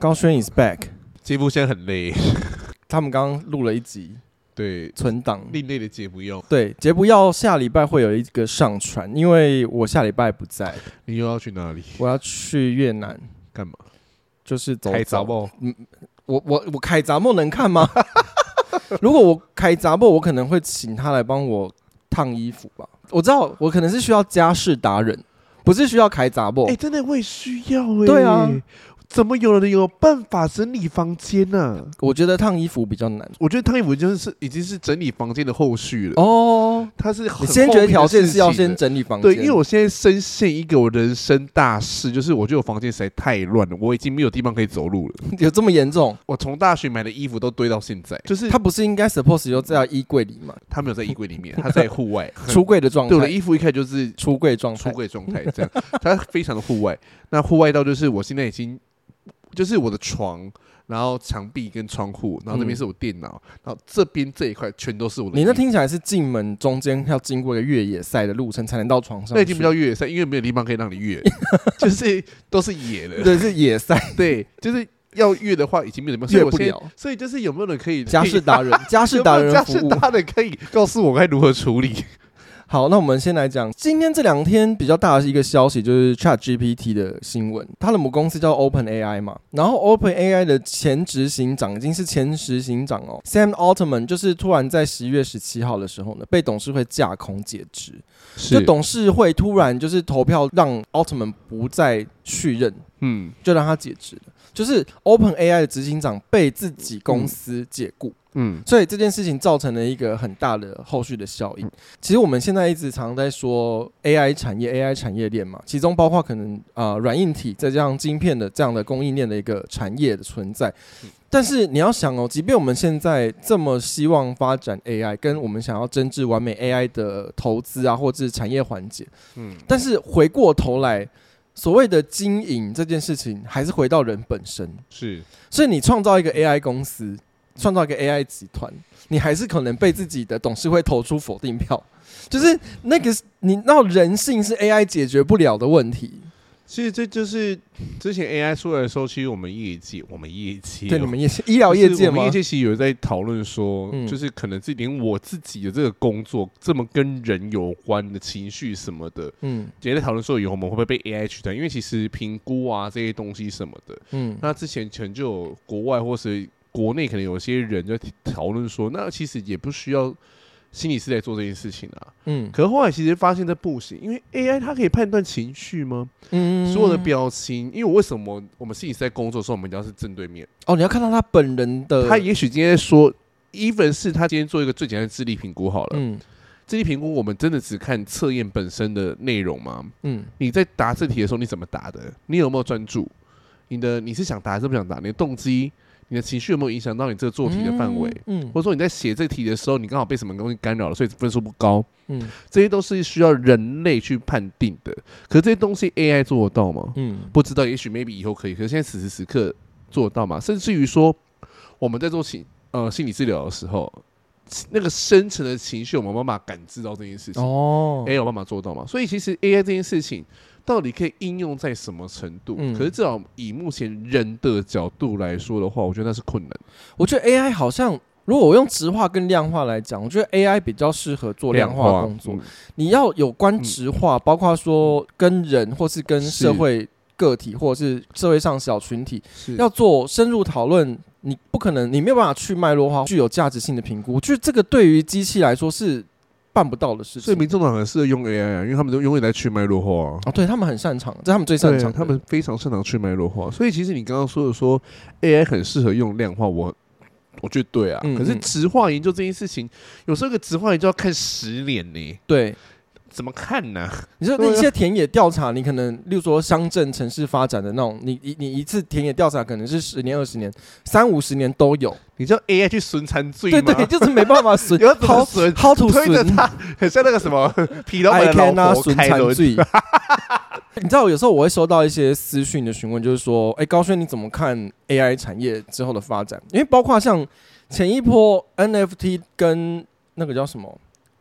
高轩 is back， 节目现在很累， 他们刚刚录了一集， 对， 存档另类的节目用。 对，节目要下礼拜会有一个上传，因为我下礼拜不在， 你又要去哪里？ 我要去越南干嘛？ 就是走开杂报。 我开杂报能看吗？如果我开杂报，我可能会请他来帮我烫衣服吧。我知道我可能是需要家事达人，不是需要开杂报。 真的会需要对啊。 怎么有人有办法整理房间呢？ 我觉得烫衣服比较难。 我觉得烫衣服已经是整理房间的后续了。 哦， 它是很你先决条件是要先整理房间。 对，因为我现在深陷一个我人生大事，就是我觉得我房间实在太乱了，我已经没有地方可以走路了。 有这么严重？ 我从大学买的衣服都堆到现在，就是它不是应该 suppose 就在衣柜里吗？ 它没有在衣柜里面，它在户外出柜的状态。 对，我的衣服一开始就是出柜状态， 这样，它非常的户外。那户外到就是我现在已经。就是我的床，然后墙壁跟窗户，然后这边是我电脑，然后这边这一块全都是我的。 你那听起来是进门中间要经过一个越野赛的路程才能到床上。 那已经不叫越野赛，因为没有地方可以让你越，就是都是野的。 对，是野赛。 对，就是要越的话，已经没有地方越不了。 所以就是有没有人可以家事达人，家事达人服务， 家事达人可以告诉我该如何处理。 好，那我们先来讲今天这2天比较大的一个消息，就是 ChatGPT 的新闻。它的母公司叫 OpenAI 嘛，然后 OpenAI 的前执行长已经是前执行长哦 ，Sam Altman 就是突然在11月17号的时候呢，被董事会架空解职，就董事会突然就是投票让 Altman 不再续任，就让他解职了。就是 OpenAI 的执行长被自己公司解雇。所以这件事情造成了一个很大的后续的效应。其实我们现在一直常在说 AI 产业链嘛，其中包括可能软硬体再加上晶片的这样的供应链的一个产业的存在。但是你要想哦，即便我们现在这么希望发展 AI， 跟我们想要真正完美 AI 的投资啊，或者是产业环节，但是回过头来，所谓的经营这件事情还是回到人本身。 是， 所以你创造一个 AI 公司。创造一个 AI 集团，你还是可能被自己的董事会投出否定票，就是那个你那人性是 AI 解决不了的问题。 其实这就是之前 AI 出来的时候，其实我们业界， 对你们业界医疗业界吗？ 我们业界其实有在讨论说，就是可能是连我自己的这个工作这么跟人有关的情绪什么的，也在讨论说以后我们会不会被 AI 取代？因为其实评估啊这些东西什么的，那之前可能就有国外或是国内可能有些人就讨论说，那其实也不需要心理师来做这件事情啊。可是后来其实发现这不行，因为 AI 它可以判断情绪吗？所有的表情，因为为什么我们心理师在工作的时候，我们一定要是正对面？ 哦，你要看到他本人的。 他也许今天说 ，even 是他今天做一个最简单的智力评估好了。智力评估我们真的只看测验本身的内容吗？你在答这题的时候你怎么答的？你有没有专注？你是想答还是不想答？你的动机？你的情绪有没有影响到你这个做题的范围？或者说你在写这题的时候，你刚好被什么东西干扰了，所以分数不高？这些都是需要人类去判定的。可是这些东西 AI 做得到吗？不知道，也许 maybe 以后可以。可是现在此时此刻做得到吗？甚至于说，我们在做心理治疗的时候，那个深层的情绪，我们有办法感知到这件事情。AI 有办法做到吗？所以其实 AI 这件事情。到底可以应用在什么程度？可是至少以目前人的角度来说的话，我觉得那是困难。 我觉得 AI 好像，如果我用质化跟量化来讲，我觉得 AI 比较适合做量化工作。你要有关质化，包括说跟人或是跟社会个体或者是社会上小群体要做深入讨论，你不可能，你没有办法去脉络化具有价值性的评估。我觉得这个对于机器来说是办不到的事情， 所以民众党很适合用 AI 啊，因为他们都永远在去脉络化啊。 对他们很擅长，这是他们最擅长的， 他们非常擅长去脉络化。所以其实你刚刚说的说 AI 很适合用量化，我觉得对啊。可是质化研究这件事情，有时候一个质化研究要看10年呢。 对。 怎么看呢？ 你说那些田野调查，你可能例如说乡镇城市发展的那种，你一次田野调查可能是10年、20年、30-50年都有。 你叫 AI 去损残罪吗？ 对，就是没办法损。 你要怎么损？ How to 推着它，很像那个什么皮老板的老婆开轮。 你知道有时候我会收到一些私讯的询问，就是说，高轩你怎么看 AI 产业之后的发展？因为包括像前一波 NFT 跟那个叫什么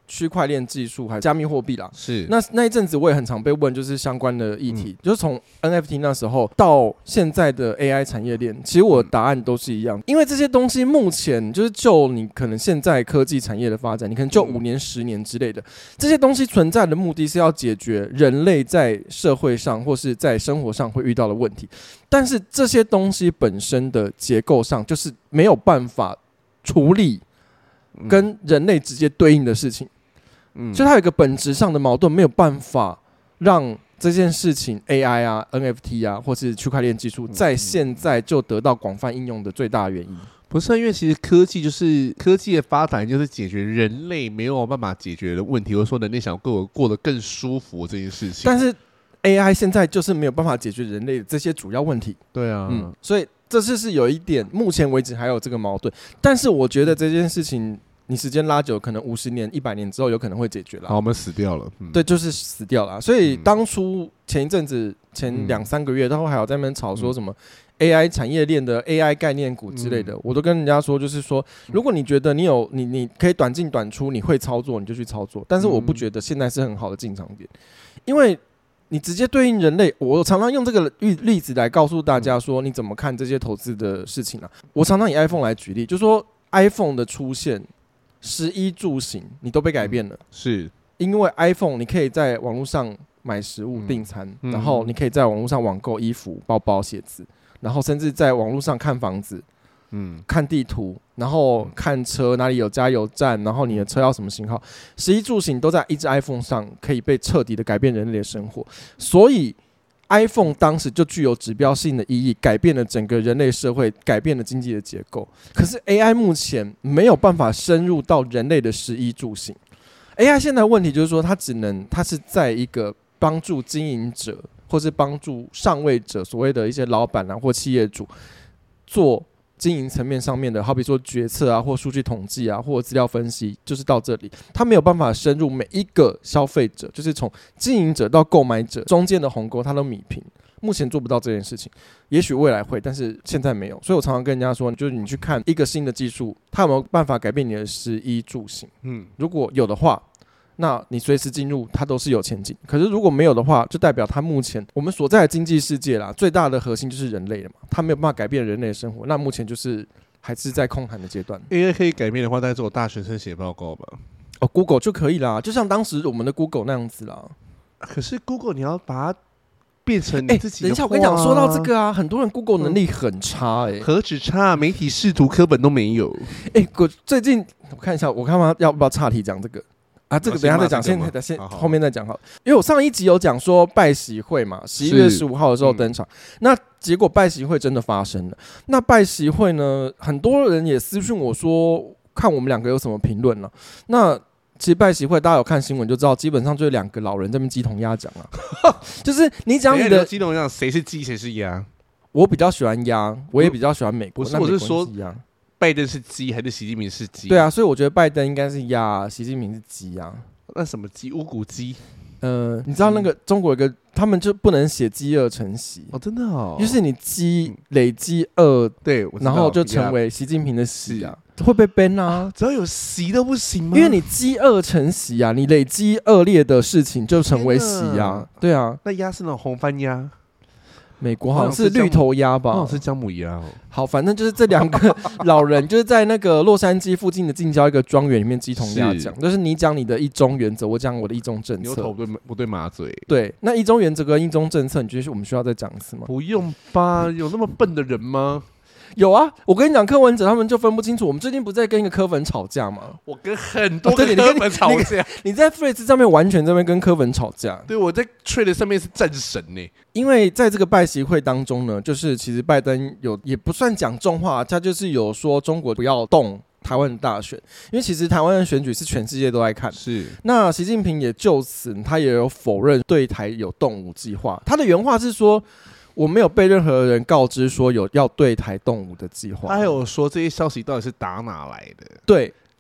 区块链技术还是加密货币啦。 是那一阵子我也很常被问，就是相关的议题，就是从 NFT 那时候到现在的 AI 产业链，其实我的答案都是一样，因为这些东西目前就是就你可能现在科技产业的发展，你可能就5年10年之类的，这些东西存在的目的是要解决人类在社会上或是在生活上会遇到的问题，但是这些东西本身的结构上就是没有办法处理跟人类直接对应的事情，所以它有一个本质上的矛盾，没有办法让这件事情 AI 啊、NFT 啊，或是区块链技术在现在就得到广泛应用的最大的原因。 不是，因为其实科技的发展就是解决人类没有办法解决的问题，或者说人类想过得更舒服这件事情。 但是 AI 现在就是没有办法解决人类的这些主要问题。 对啊， 所以这是有一点，目前为止还有这个矛盾。但是我觉得这件事情，你时间拉久，可能50年、100年之后有可能会解决了。 好，我们死掉了。 对，就是死掉了。所以当初前一阵子、前2-3个月，他还有在那边吵说什么 AI 产业链的 AI 概念股之类的，我都跟人家说，就是说，如果你觉得你可以短进短出，你会操作，你就去操作。但是我不觉得现在是很好的进场点，因为你直接对应人类，我常常用这个例子来告诉大家说，你怎么看这些投资的事情啊？我常常以 iPhone 来举例，就是说 iPhone 的出现，食衣住行你都被改变了， 是因为 iPhone 你可以在网络上买食物订餐，然后你可以在网络上网购衣服、包包、鞋子，然后甚至在网络上看房子。看地图，然后看车哪里有加油站，然后你的车要什么型号，食衣住行都在一只 iPhone 上可以被彻底的改变人类的生活，所以 iPhone 当时就具有指标性的意义，改变了整个人类社会，改变了经济的结构。可是 AI 目前没有办法深入到人类的食衣住行。AI 现在的问题就是说，它是在一个帮助经营者或是帮助上位者，所谓的一些老板或企业主做经营层面上面的，好比说决策啊，或数据统计啊，或资料分析，就是到这里，他没有办法深入每一个消费者，就是从经营者到购买者中间的鸿沟，他都弭平。目前做不到这件事情，也许未来会，但是现在没有。所以我常常跟人家说，就是你去看一个新的技术，它有没有办法改变你的食衣住行？如果有的话，那你随时进入它都是有前景。可是如果没有的话，就代表它目前我们所在的经济世界啦，最大的核心就是人类了嘛，它没有办法改变人类的生活。那目前就是还是在空谈的阶段。 AI 可以改变的话，大概只有大学生写报告吧。 Google 就可以啦，就像当时我们的 Google 那样子啦。 可是 Google 你要把它变成你自己的话， 等一下我跟你讲，说到这个啊，很多人 Google 能力很差何止差，媒体视图科本都没有。 最近我看一下，我看要不要岔题讲这个。这个等一下再讲，先后面再讲好了。因为我上一集有讲说拜习会嘛，11月15号的时候登场，那结果拜习会真的发生了。那拜习会呢，很多人也私讯我说，看我们两个有什么评论了。那其实拜习会大家有看新闻就知道，基本上就是2个老人在那边鸡同鸭讲啊，就是你讲你的鸡同鸭，谁是鸡谁是鸭？ 我比较喜欢鸭，我也比较喜欢美国。 我是说拜登是鸡还是习近平是鸡？ 对啊，所以我觉得拜登应该是鸭，习近平是鸡啊。 那什么鸡？乌骨鸡？ 你知道那个中国有个，他们就不能写饥饿成习哦，真的哦， 就是你鸡累积饿， 对， 然后就成为习近平的习啊，会被 ban 啊， 只要有习都不行吗？ 因为你饥饿成习啊，你累积恶劣的事情就成为习啊，对啊。 那鸭是那种红番鸭。 美国好像是绿头鸭吧， 好像是姜母鸭。 好，反正就是这2个老人，就是在那个洛杉矶附近的近郊一个庄园里面鸡同鸭讲，就是你讲你的一中原则，我讲我的一中政策。 牛头不对马嘴。 对，那一中原则跟一中政策，你觉得我们需要再讲一次吗？ 不用吧，有那么笨的人吗？ 有啊，我跟你讲，柯文哲他们就分不清楚。我们最近不在跟一个柯粉吵架吗？ 我跟很多个柯粉吵架。 你在 Threads 上面完全在那边跟柯粉吵架。 对，我在 Threads 上面是战神呢。 因为在这个拜习会当中呢，就是其实拜登也不算讲重话，他就是有说中国不要动台湾的大选，因为其实台湾的选举是全世界都在看。 是。那习近平也就此他也有否认对台有动武计划，他的原话是说，我没有被任何人告知说有要对台动武的计划。 他还有说这些消息到底是打哪来的？ 对，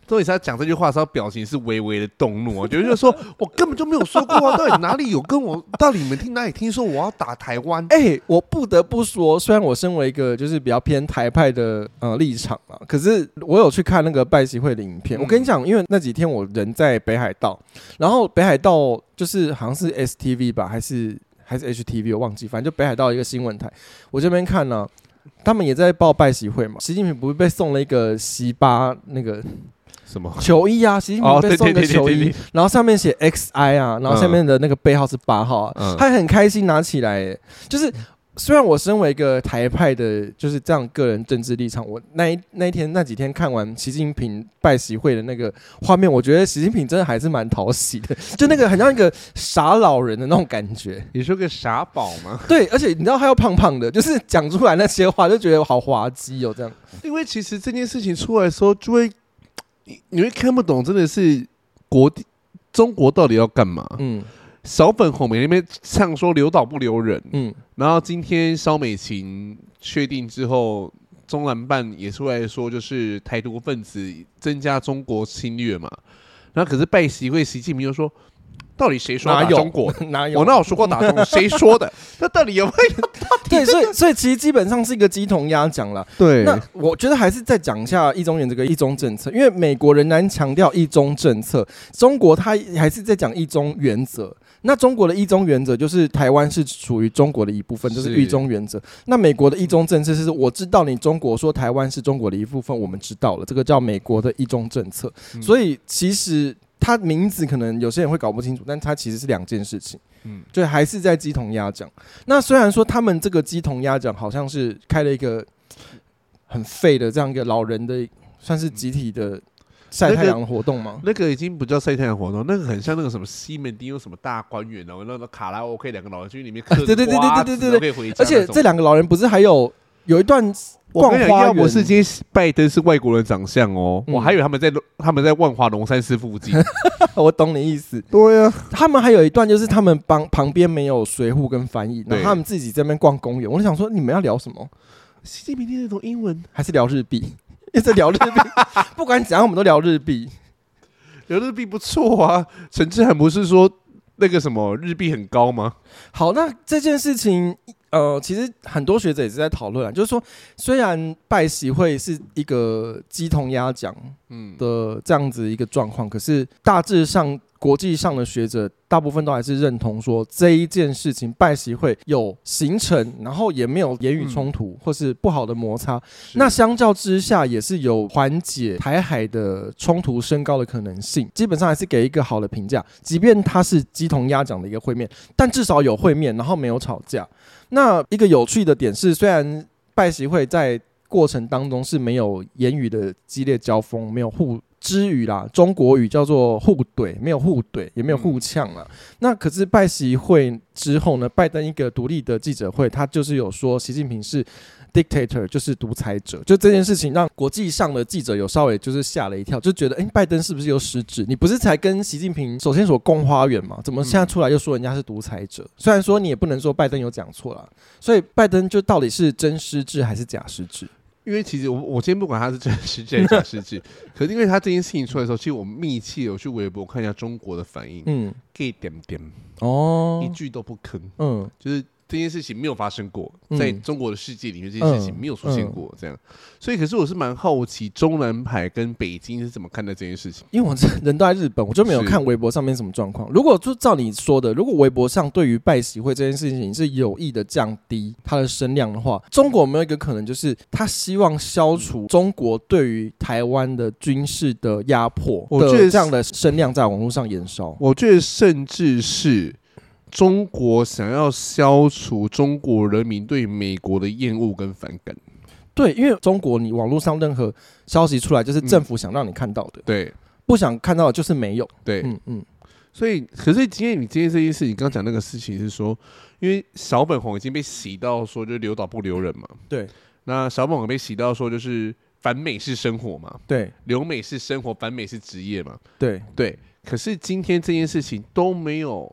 重点是他讲这句话的时候，表情是微微的动怒，就是说我根本就没有说过啊，到底哪里有跟我，到底你们哪里听说我要打台湾？ 我不得不说，虽然我身为一个就是比较偏台派的立场嘛，可是我有去看那个拜习会的影片。我跟你讲，因为那几天我人在北海道，然后北海道就是好像是 STV 吧，还是 HTV， 我忘记，反正就北海道一个新闻台，我这边看呢，他们也在报拜习会嘛。习近平不是被送了一个习巴那个。 什么球衣啊？习近平被送个球衣，然后上面写 XI 啊，然后下面的那个背号是8号啊，他很开心拿起来，就是虽然我身为一个台派的，就是这样个人政治立场，我那几天看完习近平拜习会的那个画面，我觉得习近平真的还是蛮讨喜的，就那个很像一个傻老人的那种感觉。 你说个傻宝吗？ 对，而且你知道他又胖胖的，就是讲出来那些话就觉得好滑稽哦，这样。 因为其实这件事情出来的时候，就会。你会看不懂，真的是中国到底要干嘛？小粉红每那边唱说留岛不留人，然后今天萧美琴确定之后，中南办也出来说，就是台独分子增加中国侵略嘛。然后可是拜习会，习近平就说。到底谁说打中国？ 哪有？ 我哪有说过打中国？谁说的？那到底有没有？ 对，所以其实基本上是一个鸡同鸭讲了。 对， 那我觉得还是再讲一下一中原这个一中政策，因为美国仍然强调一中政策，中国它还是在讲一中原则。那中国的一中原则就是台湾是属于中国的一部分，就是一中原则。那美国的一中政策是我知道你中国说台湾是中国的一部分，我们知道了，这个叫美国的一中政策。所以其实。他名字可能有些人会搞不清楚，但他其实是两件事情，就还是在鸡同鸭讲。那虽然说他们这个鸡同鸭讲好像是开了一个很废的这样一个老人的，算是集体的晒太阳的活动吗？ 那个已经不叫晒太阳活动，那个很像那个什么西门町有什么大观园，然后那个卡拉 OK 两个老人去里面嗑瓜子都可以回家， 而且这两个老人不是还有一段。 我跟你讲，要不是今天拜登是外国人长相哦，我还以为他们在万华龙山寺附近。 我懂你意思。 对啊， 他们还有一段就是他们旁边没有随扈跟翻译，然后他们自己在那边逛公园。我就想说，你们要聊什么？ 习近平听得懂英文， 还是聊日币？一直聊日币，不管怎样，我们都聊日币。 聊日币不错啊。陈志涵不是说那个什么日币很高吗？ 好，那这件事情。其实很多学者也是在讨论啊，就是说，虽然拜习会是一个鸡同鸭讲的这样子一个状况，可是大致上国际上的学者大部分都还是认同说这一件事情拜习会有形成，然后也没有言语冲突或是不好的摩擦，那相较之下也是有缓解台海的冲突升高的可能性，基本上还是给一个好的评价，即便它是鸡同鸭讲的一个会面，但至少有会面，然后没有吵架。那一个有趣的点是，虽然拜习会在过程当中是没有言语的激烈交锋，没有互之语啦，中国语叫做互怼，没有互怼，也没有互呛啦。那可是拜习会之后呢，拜登一个独立的记者会，他就是有说习近平是 dictator， 就是独裁者。就这件事情让国际上的记者有稍微就是吓了一跳，就觉得拜登是不是有失职？你不是才跟习近平首先所共花园吗？怎么现在出来又说人家是独裁者？虽然说你也不能说拜登有讲错啦，所以拜登就到底是真失智还是假失智？ 因为其实我今天不管他是真失智还是假失智，可是因为他这件事情出来的时候，其实我密切有去微博看一下中国的反应，给点点一句都不吭，就是这件事情没有发生过，在中国的世界里面，这件事情没有出现过，这样。所以，可是我是蛮好奇中南海跟北京是怎么看待这件事情。 因为我人都在日本，我就没有看微博上面什么状况。如果就照你说的，如果微博上对于拜习会这件事情是有意的降低它的声量的话，中国有没有一个可能，就是他希望消除中国对于台湾的军事的压迫的这样的声量在网络上延烧？ 我觉得甚至是。中国想要消除中国人民对美国的厌恶跟反感， 对，因为中国你网络上任何消息出来，就是政府想让你看到的， 对， 不想看到的就是没有， 对，所以，可是今天这件事，你刚刚讲那个事情是说，因为小粉红已经被洗到说就是留岛不留人嘛， 对， 那小粉红被洗到说就是反美是生活嘛， 对， 留美是生活，反美是职业嘛， 对， 可是今天这件事情都没有。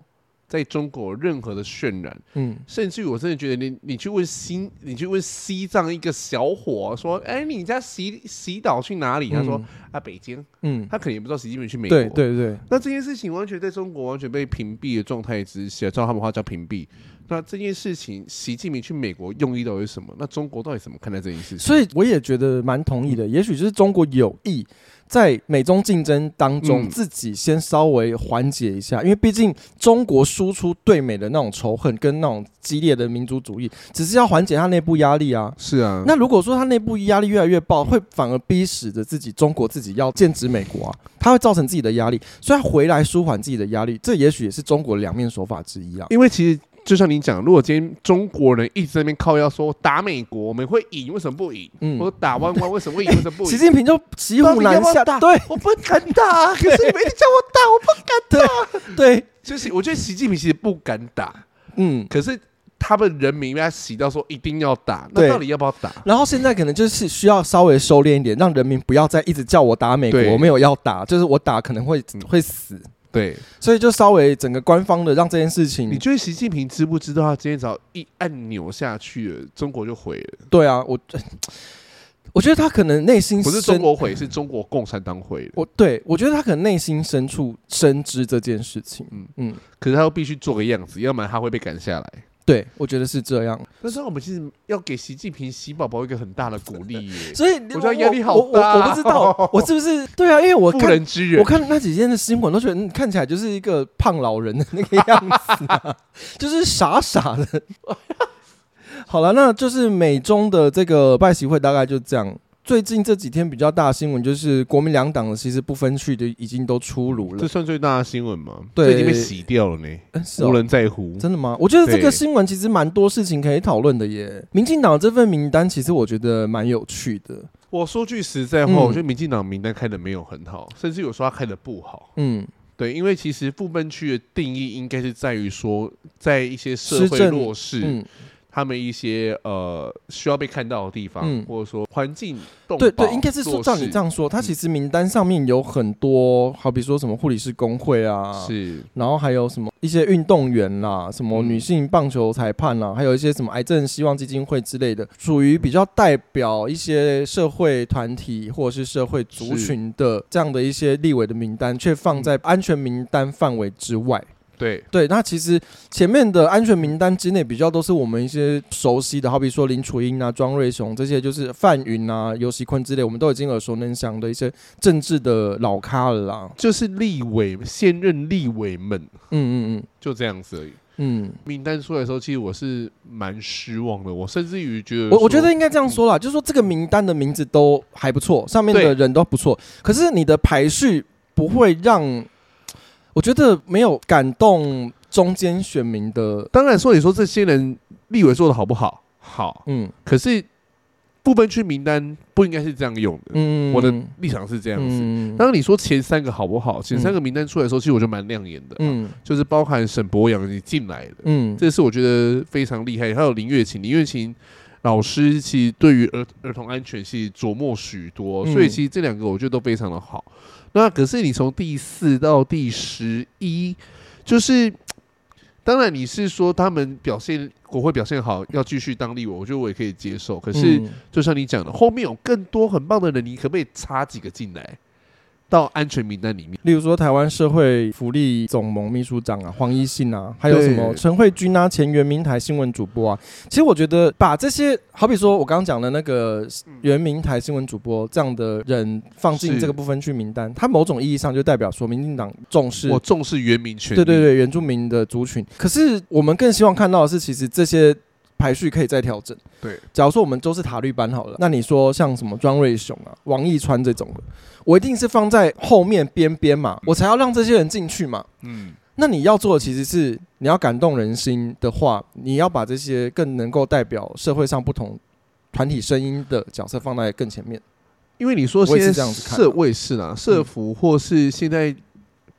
在中国任何的渲染，甚至于我真的觉得你去问西藏一个小伙说，哎，你家洗澡去哪里？他说北京，他可能也不知道习近平去美国， 对。 那这件事情完全在中国完全被屏蔽的状态之下，照他们话叫屏蔽。那这件事情，习近平去美国用意到底是什么？那中国到底怎么看待这件事情？ 所以我也觉得蛮同意的，也许就是中国有意在美中竞争当中，自己先稍微缓解一下，因为毕竟中国输出对美的那种仇恨跟那种激烈的民族主义，只是要缓解他内部压力啊。 是啊， 那如果说他内部压力越来越爆，会反而逼使着中国自己要剑指美国啊，他会造成自己的压力，所以他回来舒缓自己的压力，这也许也是中国两面手法之一啊。 因为其实就像你讲，如果今天中国人一直在那边靠腰说打美国我们会赢，为什么不赢？或者打湾湾为什么会赢？为什么不赢？ 习近平就骑虎难下，对， 我不敢打，可是你们一直叫我打，我不敢打。对， 就是我觉得习近平其实不敢打，可是他们人民被他洗到说一定要打，那到底要不要打？ 然后现在可能就是需要稍微收敛一点，让人民不要再一直叫我打美国，我没有要打，就是我打可能会死。 对， 所以就稍微整个官方的让这件事情， 你觉得习近平知不知道他今天只要一按钮下去了，中国就毁了？ 对啊，我觉得他可能内心不是中国毁，是中国共产党毁了。 我觉得他可能内心深处深知这件事情， 可是他又必须做个样子，要不然他会被赶下来。 对，我觉得是这样。 但是我们其实要给习近平习宝宝一个很大的鼓励耶， 所以我觉得压力好大。 我不知道我是不是对啊，因为我妇人之仁， 我看那几天的新闻都觉得看起来就是一个胖老人的那个样子啊，就是傻傻的。好了，那就是美中的这个拜习会大概就这样。最近这几天比较大的新闻就是国民两党的其实不分区的已经都出炉了， 这算最大的新闻吗？ 对， 这已经被洗掉了呢，无人在乎。 真的吗？我觉得这个新闻其实蛮多事情可以讨论的耶。民进党这份名单其实我觉得蛮有趣的。 我说句实在话，我觉得民进党名单开的没有很好，甚至有时候他开的不好。对，因为其实不分区的定义应该是在于说，在一些社会弱势。他们一些需要被看到的地方，或者说环境动保， 对，应该是说照你这样说，他其实名单上面有很多，好比说什么护理师工会啊， 是， 然后还有什么一些运动员啦，什么女性棒球裁判啦，还有一些什么癌症希望基金会之类的，属于比较代表一些社会团体或者是社会族群的这样的一些立委的名单，却放在安全名单范围之外。对，那其实前面的安全名单之内比较都是我们一些熟悉的，好比说林楚英啊、庄瑞雄这些，就是范云啊、游锡堃之类，我们都已经耳熟能详的一些政治的老咖了啦。 就是现任立委们，就这样子而已。名单出来的时候，其实我是蛮失望的。我甚至于觉得， 我觉得应该这样说啦，就是说这个名单的名字都还不错，上面的人都不错，可是你的排序不会让。我觉得没有感动中间选民的。 当然说，你说这些人立委做的好不好？好，可是不分区名单不应该是这样用的。我的立场是这样子。当然你说前三个好不好？前三个名单出来的时候，其实我觉得蛮亮眼的。就是包含沈伯洋你进来的，这是我觉得非常厉害。还有林月琴老师，其实对于儿童安全是琢磨许多，所以其实这两个我觉得都非常的好。那可是你从第4到第11，就是当然你是说他们国会表现好，要继续当立委，我觉得我也可以接受。可是就像你讲的，后面有更多很棒的人，你可不可以插几个进来？到安全名单里面， 例如说台湾社会福利总盟秘书长啊黄一信啊，还有什么陈慧君啊，前原民台新闻主播啊。其实我觉得把这些，好比说我刚刚讲的那个原民台新闻主播这样的人放进这个不分区名单，它某种意义上就代表说民进党重视原民权利， 对原住民的族群。可是我们更希望看到的是，其实这些排序可以再调整。 对， 假如说我们都是塔绿班好了，那你说像什么庄瑞雄啊、王义川这种的，我一定是放在后面边嘛，我才要让这些人进去嘛。那你要做的其实是你要感动人心的话，你要把这些更能够代表社会上不同团体声音的角色放在更前面。 因为你说现在我也是啦，社服或是现在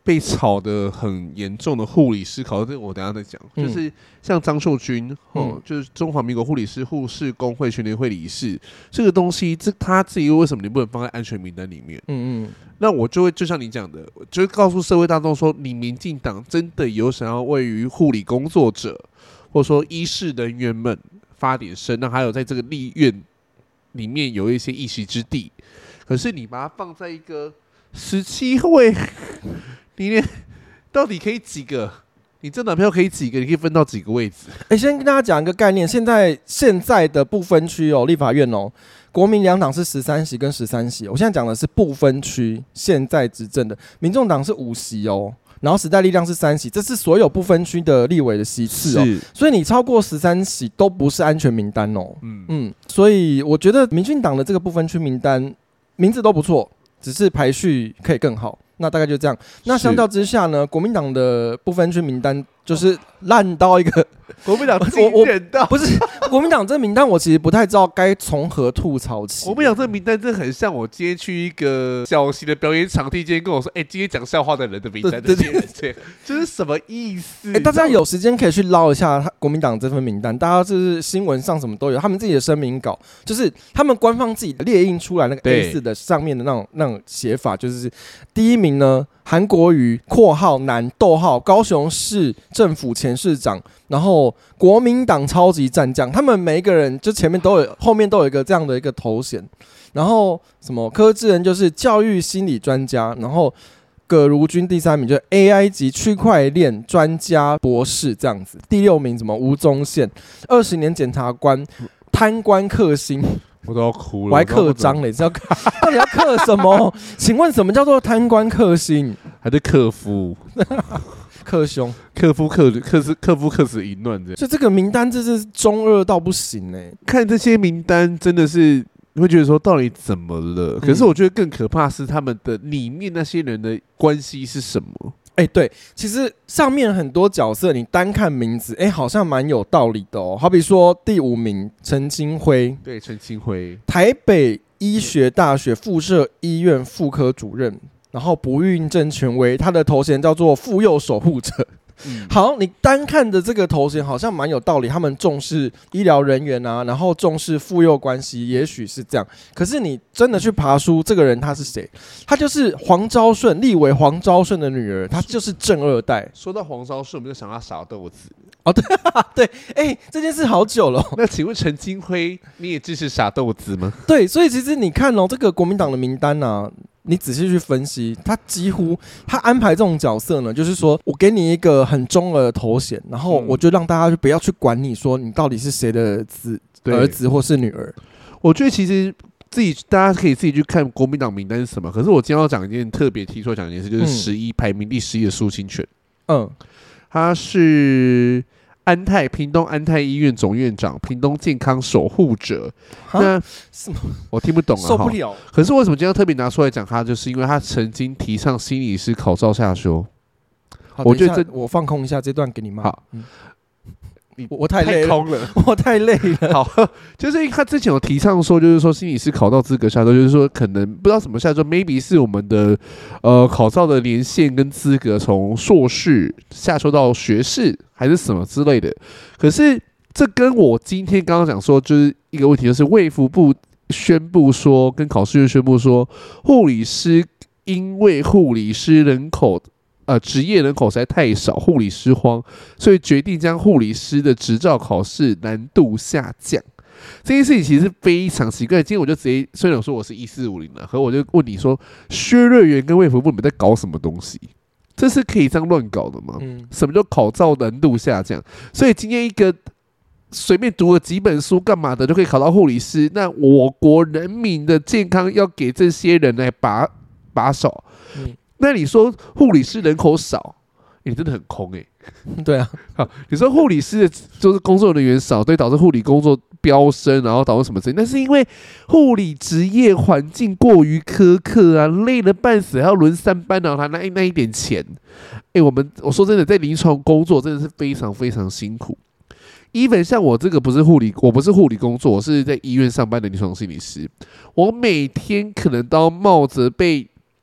被炒得很严重的护理师考，这个我等一下再讲。就是像张秀君，就是中华民国护理师护士工会全联会理事，这个东西，他自己为什么你不能放在安全名单里面？那我就会就像你讲的，就会告诉社会大众说，你民进党真的有想要为于护理工作者或者说医事人员们发点声，那还有在这个立院里面有一些一席之地，可是你把它放在一个17位。你到底可以几个？你政党票可以几个？你可以分到几个位置？ 先跟大家讲一个概念，现在的不分区立法院国民两党是13席跟13席，我现在讲的是不分区现在执政的，民众党是5席然后时代力量是3席，这是所有不分区的立委的席次所以你超过13席都不是安全名单所以我觉得民进党的这个不分区名单名字都不错，只是排序可以更好。那大概就这样。那相较之下呢，国民党的不分区名单就是烂到一个国民党惊人到不是国民党这名单，我其实不太知道该从何吐槽起。 国民党这名单真的很像我今天去一个小型的表演场地，今天跟我说，今天讲笑话的人的名单，对，这是什么意思？ 大家有时间可以去捞一下国民党这份名单，大家就是新闻上什么都有，他们自己的声明稿，就是他们官方自己列印出来那个 A4 的上面的那种写法，就是第一名呢，韩国瑜（括号男逗号高雄市政府前市长），然后国民党超级战将，他们每一个人就前面都有，后面都有一个这样的一个头衔。然后什么柯志恩就是教育心理专家，然后葛如君第3名就是 AI 级区块链专家博士这样子。第6名什么吴宗宪20年检察官贪官克星。 我都要哭了， 我还克章嘞，到底要克什么？请问什么叫做贪官克星？ 还是克夫？ 克兄、 克夫、克死淫乱这样。 所以这个名单真是中二到不行看这些名单真的是你会觉得说到底怎么了？可是我觉得更可怕是他们的里面那些人的关系是什么？ 对，其实上面很多角色你单看名字，好像蛮有道理的好比说第5名陈清辉， 对，陈清辉， 台北医学大学附设医院妇科主任，然后不孕症权威，他的头衔叫做妇幼守护者。好，你单看的这个头衔好像蛮有道理，他们重视医疗人员啊，然后重视妇幼关系，也许是这样。可是你真的去爬书，这个人他是谁？他就是黄昭顺，立委黄昭顺的女儿，他就是正2代。 说到黄昭顺，我们就想到傻豆子。 对，这件事好久了。 那请问陈金辉，你也支持傻豆子吗？ 对，所以其实你看这个国民党的名单啊。你仔细去分析，他几乎他安排这种角色呢，就是说我给你一个很中二的头衔，然后我就让大家不要去管你说你到底是谁的儿子或是女儿。 我觉得其实大家可以自己去看国民党名单是什么。可是我今天要讲一件特别提出来讲一件事，就是排名第11的苏清泉。他是屏东安泰医院总院长，屏东健康守护者。那什么？ 我听不懂啊， 受不了。 可是为什么今天特别拿出来讲他，就是因为他曾经提倡心理师考照下修。 我觉得我放空一下这段给你骂。好，我太累了，我太累了。 好，就是因为他之前有提倡说，就是说心理师考照资格下修，就是说可能不知道什么下修 ，maybe 是我们的考照的年限跟资格从硕士下修到学士，还是什么之类的。可是这跟我今天刚刚讲说，就是一个问题，就是卫福部宣布说，跟考试院宣布说，护理师因为护理师人口。职业人口实在太少，护理师荒，所以决定将护理师的执照考试难度下降。这件事情其实非常奇怪。今天我就直接，虽然我说我是1450了，可我就问你说，薛瑞元跟卫福部你们在搞什么东西？这是可以这样乱搞的吗？什么叫考照难度下降？所以今天一个随便读了几本书干嘛的就可以考到护理师？那我国人民的健康要给这些人来把守。那你说护理师人口少，你真的很空对啊， 好，你说护理师的就是工作人员少，对，导致护理工作飙升，然后导致什么事情？那是因为护理职业环境过于苛刻啊，累得半死，还要轮3班，然后他那一点钱，我说真的，在临床工作真的是非常非常辛苦。even 像我这个我不是护理工作，我是在医院上班的临床心理师，我每天可能都要冒着被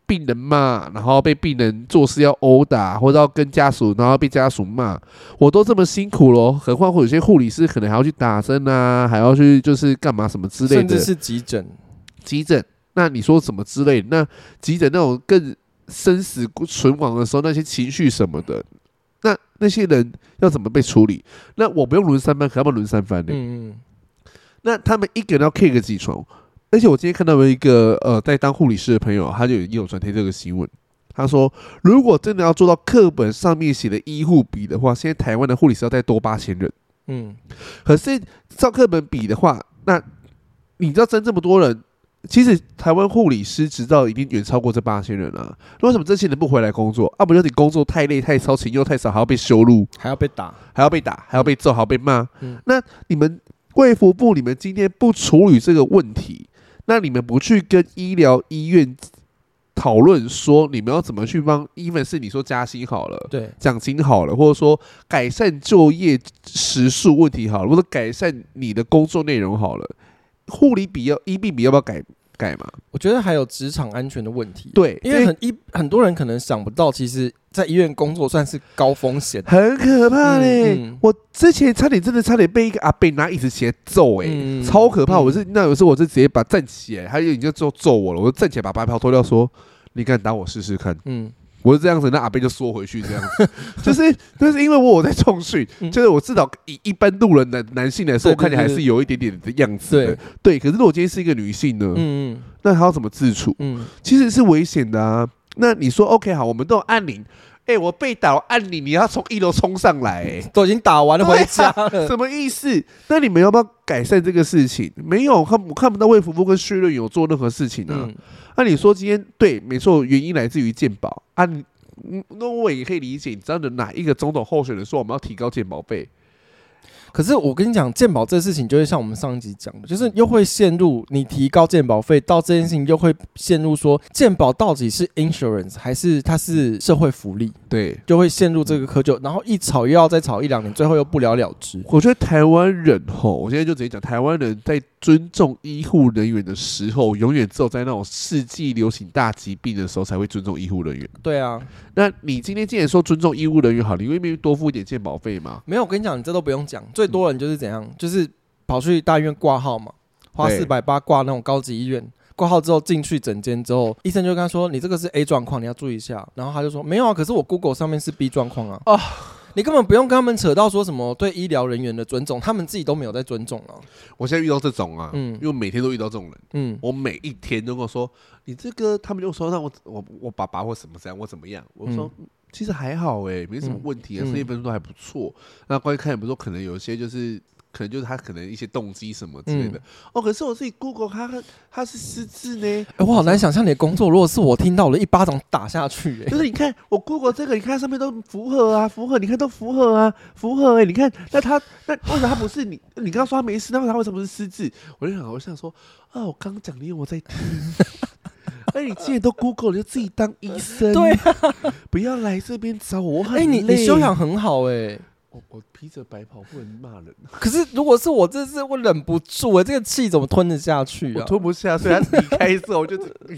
病人骂，然后被病人做事要殴打，或者要跟家属，然后被家属骂，我都这么辛苦了，何况会有些护理师可能还要去打针啊，还要去就是干嘛什么之类的， 甚至是急诊。 那你说什么之类的？那急诊那种更生死存亡的时候，那些情绪什么的，那些人要怎么被处理？那我不用轮3班，可他们轮3班呢？那他们一个人要 K 个几床？而且我今天看到有一个在当护理师的朋友，他就也有转贴这个新闻。他说，如果真的要做到课本上面写的医护比的话，现在台湾的护理师要再多8000人。可是照课本比的话，那你知道真这么多人，其实台湾护理师执照已经远超过这8000人了。为什么这些人不回来工作？不就是你工作太累太操，钱又太少，还要被羞辱， 还要被打， 还要被揍，还要被骂。那你们卫福部，你们今天不处理这个问题，那你们不去跟医院讨论说你们要怎么去帮，even是你说加薪好了， 对， 奖金好了，或者说改善就业时数问题好了，或者改善你的工作内容好了，护理比医病比要不要改嘛？ 我觉得还有职场安全的问题。 对， 因为很多人可能想不到，其实在医院工作算是高风险， 很可怕嘞。我之前差点被一个阿伯拿椅子起来揍，超可怕。有一次我是直接把站起来，他已经揍我了，我就站起来把白袍脱掉，说你敢打我试试看。我是这样子，那阿贝就缩回去这样子，就是因为我在重训，就是我至少以一般路人男性来说，我看起来还是有一点点的样子的，对。可是如果今天是一个女性呢，那她要怎么自处？其实是危险的啊。那你说 OK 好，我们都有按铃，我被打我按铃，你要从1楼冲上来， 都已经打完了回家了， 什么意思？那你们要不要改善这个事情？没有，我看不到卫福部跟薛润有做任何事情啊。那你说今天对，没错，原因来自于健保啊。那我也可以理解，你知道哪一个总统候选人说我们要提高健保费？ 可是我跟你讲，健保这事情就会像我们上一集讲的，就是又会陷入你提高健保费，到这件事情又会陷入说健保到底是 insurance 还是它是社会福利？ 对， 就会陷入这个窠臼，然后一吵又要再吵1-2年，最后又不了了之。 我觉得台湾人我现在就直接讲，台湾人在尊重医护人员的时候，永远只有在那种世纪流行大疾病的时候才会尊重医护人员。 对啊， 那你今天既然说尊重医护人员好，你愿意多付一点健保费吗？ 没有，我跟你讲，你这都不用讲。最多人就是怎样，就是跑去大医院挂号嘛，花480挂那种高级医院。挂号之后进去诊间之后，医生就跟他说：“你这个是 A 状况，你要注意一下。”然后他就说：“没有啊，可是我 Google 上面是 B 状况啊。”你根本不用跟他们扯到说什么对医疗人员的尊重，他们自己都没有在尊重啊。 我现在遇到这种啊，因为我每天都遇到这种人，我每一天都跟我说：“你这个，他们就说让我爸爸或什么这样，我怎么样？”我说：“其实还好没什么问题啊，身体分数都还不错。那关于看，比如说可能有一些就是。”可能就是他可能一些动机什么之类的可是我自己 Google 他是失智呢。 我好难想象你的工作，如果是我听到了一巴掌打下去就是你看我 Google 这个，你看上面都符合啊，你看都符合啊，你看那为什么他不是你刚刚说他没事，那他为什么不是失智？我想说我刚刚讲你有没有在听？你既然都 Google， 你就自己当医生， 对啊， 不要来这边找我，很累。 你修养很好我披着白袍不能骂人。 可是如果是我，这次我忍不住这个气怎么吞得下去啊？ 我吞不下，所以他离开之后我就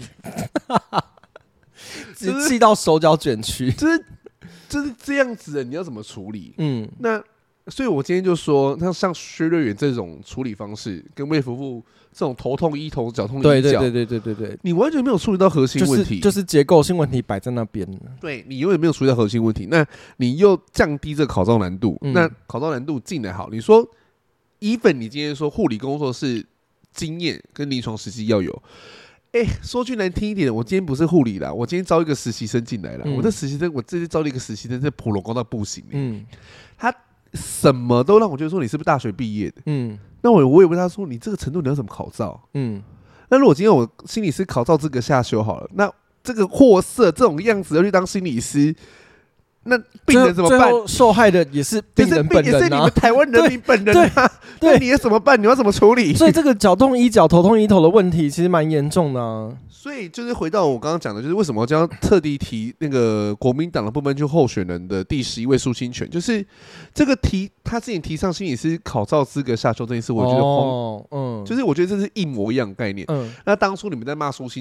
只气到手脚卷曲， 就是这样子的，你要怎么处理？那所以我今天就说，像薛瑞元这种处理方式，跟卫福部这种头痛医头，脚痛医脚， 对， 你完全没有处理到核心问题， 就是结构性问题摆在那边。 对，你永远没有处理到核心问题，那你又降低这个考照难度，那考照难度进来好，你说even你今天说护理工作是经验跟临床实习要有。说句难听一点的，我今天不是护理啦，我今天招一个实习生进来了。我的实习生，我这次招了一个实习生，在普龙工到不行。他什么都让我觉得说你是不是大学毕业的？那我也问他说，你这个程度你要怎么考照？那如果今天我心理师考照资格下修好了，那这个货色这种样子要去当心理师，那病人怎么办？ 最后受害的也是病人本人也是你们台湾人民本人啊。对，你要怎么办？你要怎么处理？ 所以这个脚痛医脚、头痛医头的问题其实蛮严重的啊。 所以就是回到我刚刚讲的，就是为什么我将特地提那个国民党的部分就候选人的第11位苏清泉，就是这个他之前提倡心理师考照资格下修这件事，我觉得就是我觉得这是一模一样的概念。那当初你们在骂苏清泉，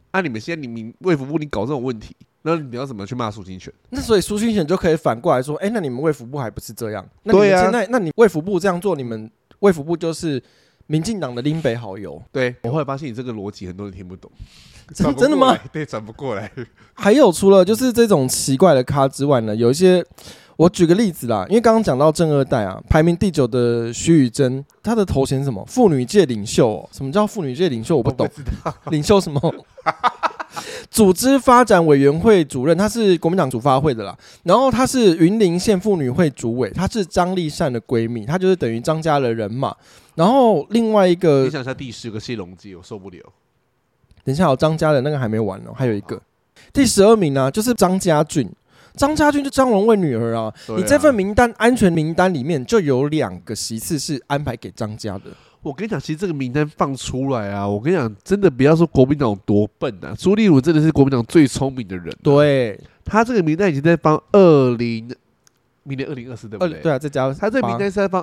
你们现在你卫福部你搞这种问题，那你要怎么去骂苏清泉？ 那所以苏清泉就可以反过来说，那你们卫福部还不是这样？那对啊， 那你卫福部这样做，你们卫福部就是民进党的林北好友。 对，我后来发现你这个逻辑很多人听不懂。 真的吗？ 对，转不过来。 还有除了就是这种奇怪的咖之外呢，有一些我举个例子啦，因为刚刚讲到正二代啊，排名第9的徐宇珍，她的头衔是什么？妇女界领袖哦。什么叫妇女界领袖？我不懂。领袖什么？组织发展委员会主任，他是国民党主发会的啦。然后他是云林县妇女会主委，他是张丽善的闺蜜，他就是等于张家的人嘛。然后另外一个， 你想一下第10个谢龙介，我受不了。 等一下，张家的那个还没完哦，还有一个第12名呢，就是张家俊。张家俊就张荣卫女儿啊。你这份名单安全名单里面就有2个席次是安排给张家的。 我跟你讲，其实这个名单放出来啊，我跟你讲，真的不要说国民党有多笨啊，朱立伦真的是国民党最聪明的人。 对， 他这个名单已经在帮明年2024对不对？ 对啊，再加他这个名单是在帮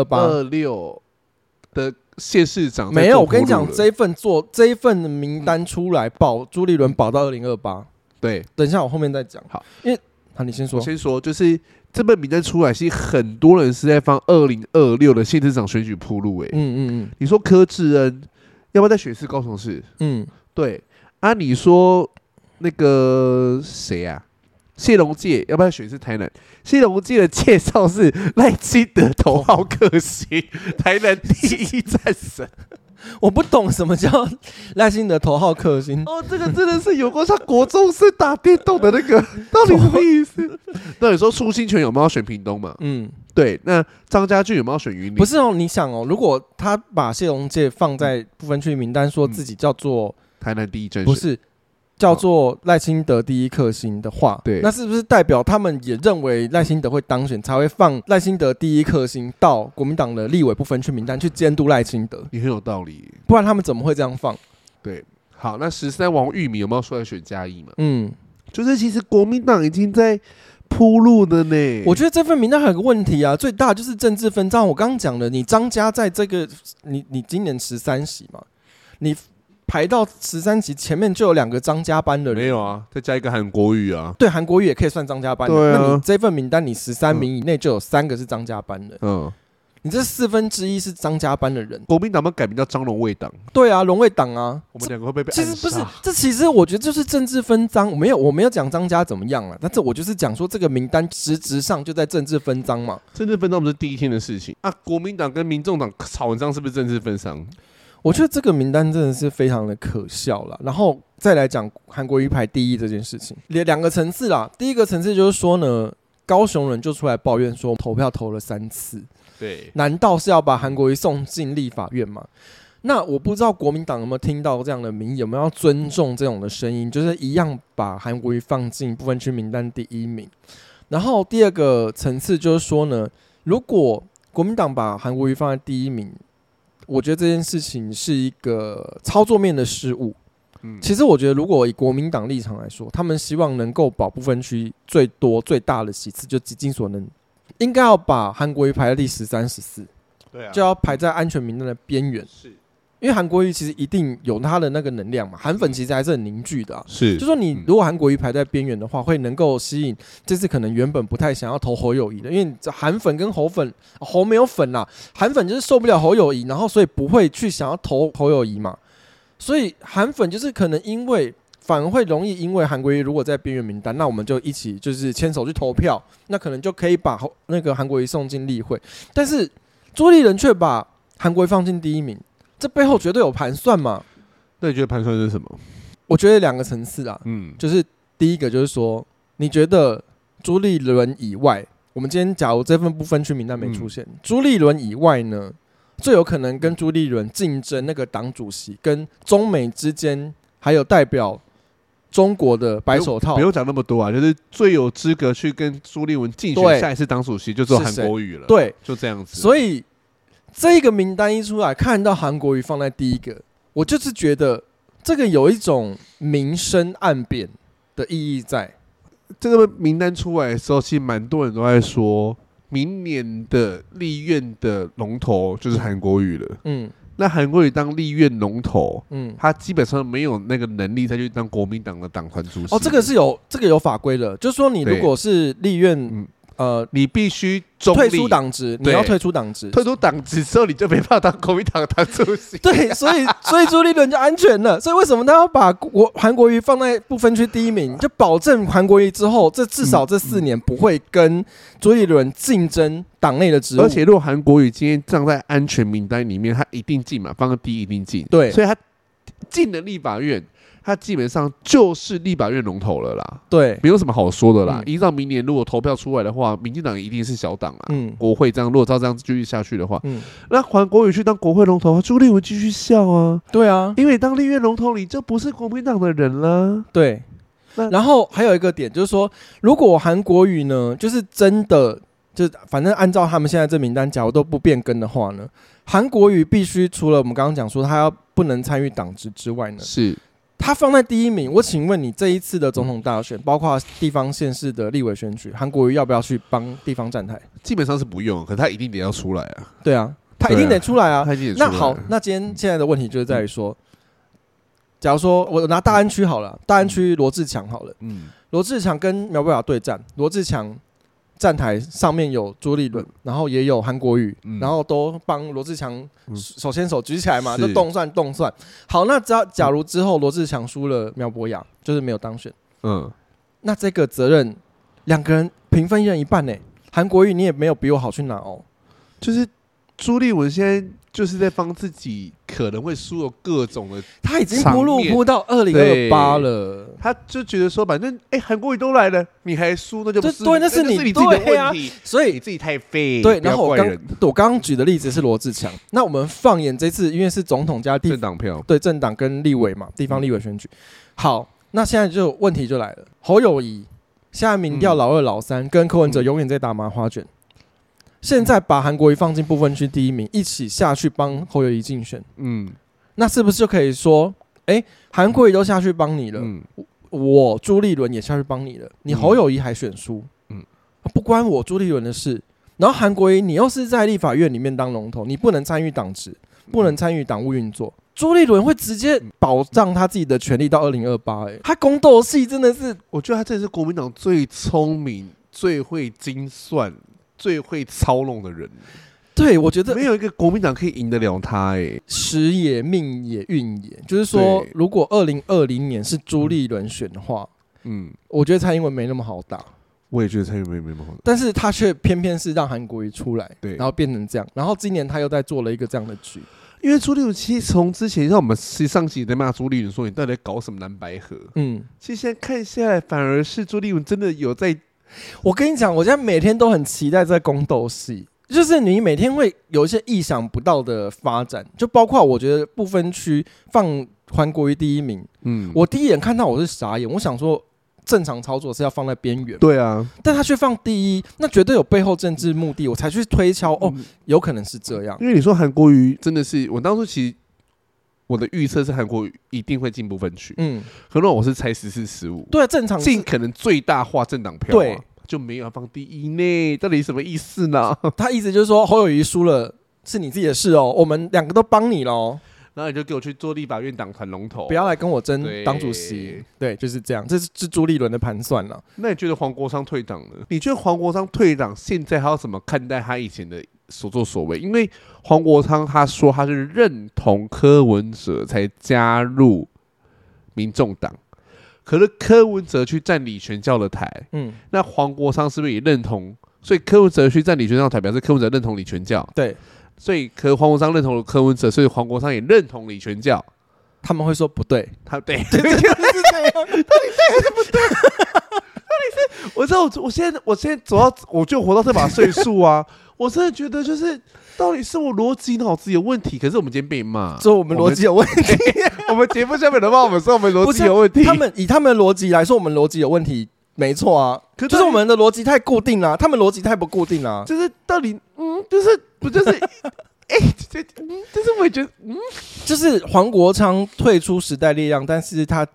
2026的县市长。 没有，我跟你讲，这一份名单出来保朱立伦保到2028。对，等一下我后面再讲。好，因为你先说。 我先说，就是这份名单出来，其实很多人是在帮2026的县市长选举铺路。你说柯志恩要不要再选一次高雄市？对啊，你说那个谁啊？谢龙介要不要选一次台南？谢龙介的介绍是赖清德头号克星，台南第1战神。 我不懂什么叫赖清德头号克星哦，这个真的是有过像国中生打电动的那个，到底什么意思？那你说苏清泉有没有要选屏东嘛？对。那张家俊有没有要选云林？ 不是哦，你想哦，如果他把谢龙介放在不分区名单，说自己叫做台南第1战神， 不是叫做赖清德第1克星的话，对，那是不是代表他们也认为赖清德会当选，才会放赖清德第1克星到国民党的立委不分区名单去监督赖清德？ 你很有道理， 不然他们怎么会这样放？ 对，好，那13王玉米有没有出来选嘉义嘛？就是其实国民党已经在铺路的呢。 我觉得这份名单还有个问题啊，最大就是政治分赃。我刚刚讲的，你张家在这个你今年13席嘛，你排到13席前面就有2个张家班的人。 没有啊，再加一个韩国瑜啊。 对，韩国瑜也可以算张家班的。对啊，那你这份名单你13名以内就有3个是张家班的。你这1/4是张家班的人。 国民党要改名叫张荣卫党。 对啊，荣卫党啊。 我们2个会被其实不是，这其实我觉得就是政治分赃。我没有讲张家怎么样了，但是我就是讲说这个名单实质上就在政治分赃嘛。 政治分赃不是第1天的事情啊。国民党跟民众党吵文章是不是政治分赃？ 我觉得这个名单真的是非常的可笑啦。然后再来讲韩国瑜排第1这件事情，2个层次啦。第一个层次就是说呢，高雄人就出来抱怨说投票投了3次。对，难道是要把韩国瑜送进立法院吗？那我不知道国民党有没有听到这样的民意，有没有要尊重这种的声音，就是一样把韩国瑜放进不分区名单第1名。然后第2个层次就是说呢，如果国民党把韩国瑜放在第1名，我觉得这件事情是一个操作面的失误。其实我觉得，如果以国民党立场来说，他们希望能够保不分区最多最大的席次，就极尽所能，应该要把韩国瑜排在第13、14，对啊，就要排在安全名单的边缘。是，因为韩国瑜其实一定有他的那个能量嘛，韩粉其实还是很凝聚的。是，就说你如果韩国瑜排在边缘的话，会能够吸引这次可能原本不太想要投侯友宜的，因为韩粉跟侯粉，侯没有粉啦，韩粉就是受不了侯友宜，然后所以不会去想要投侯友宜嘛，所以韩粉就是可能反而会容易因为韩国瑜如果在边缘名单，那我们就一起就是牵手去投票，那可能就可以把那个韩国瑜送进立会。但是朱立伦却把韩国瑜放进第1名，这背后绝对有盘算嘛？ 那你觉得盘算是什么？ 我觉得2个层次啊，就是第一个就是说，你觉得朱立伦以外，我们今天假如这份不分区名单没出现，朱立伦以外呢，最有可能跟朱立伦竞争那个党主席，跟中美之间还有代表中国的白手套， 不用讲那么多啊，就是最有资格去跟朱立伦竞选下一次党主席，就只有韩国瑜了。对，就这样子。 所以这个名单一出来，看到韩国瑜放在第1个，我就是觉得这个有一种明升暗贬的意义在。 这个名单出来的时候，其实蛮多人都在说，明年的立院的龙头就是韩国瑜了。 那韩国瑜当立院龙头，他基本上没有那个能力再去当国民党的党团主席。 哦，这个有法规的，就是说你如果是立院， 你必须退出党职，你要退出党职， 退出党职之后你就没办法当国民党党主席。 对，所以朱立伦就安全了。所以为什么他要把韩国瑜放在不分区第一名，就保证韩国瑜之后至少这4年不会跟朱立伦竞争党内的职务。 而且如果韩国瑜今天站在安全名单里面，他一定进嘛，放个第一一定进。 对， 所以他进了立法院。他基本上就是立法院龙头了啦， 对， 没有什么好说的啦。依照明年如果投票出来的话，民进党一定是小党啦。国会这样，如果照这样继续下去的话，那韩国瑜去当国会龙头，朱立伦继续笑啊。 对啊， 因为当立院龙头，你就不是国民党的人了。 对，然后还有一个点就是说，如果韩国瑜呢，就是真的，就反正按照他们现在这名单，假如都不变更的话呢，韩国瑜必须除了我们刚刚讲说他不能参与党职之外呢， 是。 他放在第一名，我请问你，这一次的总统大选，包括地方县市的立委选举，韩国瑜要不要去帮地方站台？ 基本上是不用，可他一定得要出来啊。 对啊，他一定得出来啊。 那好，那今天现在的问题就是在于说，假如说我拿大安区好了，大安区罗志强好了，罗志强跟苗博雅对战，罗志强站台上面有朱立伦，然后也有韩国瑜，然后都帮罗志强手牵手举起来嘛，就动算。好，那假如之后罗志强输了苗博雅，就是没有当选，那这个责任2个人平分1人1半呢？韩国瑜你也没有比我好去拿哦。 就是朱立伦现在就是在帮自己可能会输有各种的， 他已经铺路铺到2028了， 他就觉得说，反正韩国瑜都来了，你还输，那就不是对，那是你自己的问题， 所以你自己太废。 对，然后我刚刚举的例子是罗志强，那我们放眼这次，因为是总统加政党票， 对政党跟立委嘛，地方立委选举。好，那现在就问题就来了，侯友宜现在民调老2老3，跟柯文哲永远在打麻花卷。现在把韩国瑜放进不分区第一名，一起下去帮侯友宜竞选，那是不是就可以说，韩国瑜都下去帮你了，我朱立伦也下去帮你了，你侯友宜还选输，不关我朱立伦的事。然后韩国瑜你又是在立法院里面当龙头，你不能参与党职，不能参与党务运作，朱立伦会直接保障他自己的权利到2028，他宫斗戏真的是， 我觉得他真的是国民党最聪明、最会精算、最会操弄的人。 对，我觉得没有一个国民党可以赢得了他。 时也命也运也，就是说，如果2020年是朱立伦选的话，我觉得蔡英文没那么好打。 我也觉得蔡英文没那么好打， 但是他却偏偏是让韩国瑜出来， 对， 然后变成这样，然后今年他又在做了一个这样的局。 因为朱立伦其实从之前让我们上期在骂朱立伦说你到底在搞什么蓝白合，其实现在看下来反而是朱立伦真的有在。 我跟你讲，我现在每天都很期待这宫斗戏，就是你每天会有一些意想不到的发展，就包括我觉得不分区放韩国瑜第一名，我第一眼看到我是傻眼，我想说正常操作是要放在边缘， 对啊， 但他却放第一，那绝对有背后政治目的，我才去推敲有可能是这样。 因为你说韩国瑜真的是，我当初其实我的预测是韩国瑜一定会进不分区，可能我是猜14-15， 对，正常尽可能最大化政党票，对，就没有要放第一呢，到底什么意思呢？ 他意思就是说侯友宜输了是你自己的事哦，我们2个都帮你咯。 然后你就给我去做立法院党团龙头， 不要来跟我争党主席。对，就是这样，这是朱立伦的盘算了。 那你觉得黄国昌退党呢？你觉得黄国昌退党现在他要怎么看待他以前的所作所为？因为黄国昌他说他是认同柯文哲才加入民众党，可是柯文哲去占李全教的台，那黄国昌是不是也认同？所以柯文哲去占李全教的台，表示柯文哲认同李全教。 对。 所以黄国昌认同了柯文哲，所以黄国昌也认同李全教。 他们会说不对， 对，就是这样。到底对还是不对？到底是我知道，我现在走到，我就活到这把岁数啊，我真的觉得就是到底是我逻辑脑子有问题。可是我们今天被骂， 说我们逻辑有问题。 我们节目下面的话，我们说我们逻辑有问题。 以他们的逻辑来说，我们逻辑有问题。没错啊，就是我们的逻辑太固定了，他们逻辑太不固定了。 就是到底，就是不就是，就是我也觉得， 就是黄国昌退出时代力量，但是他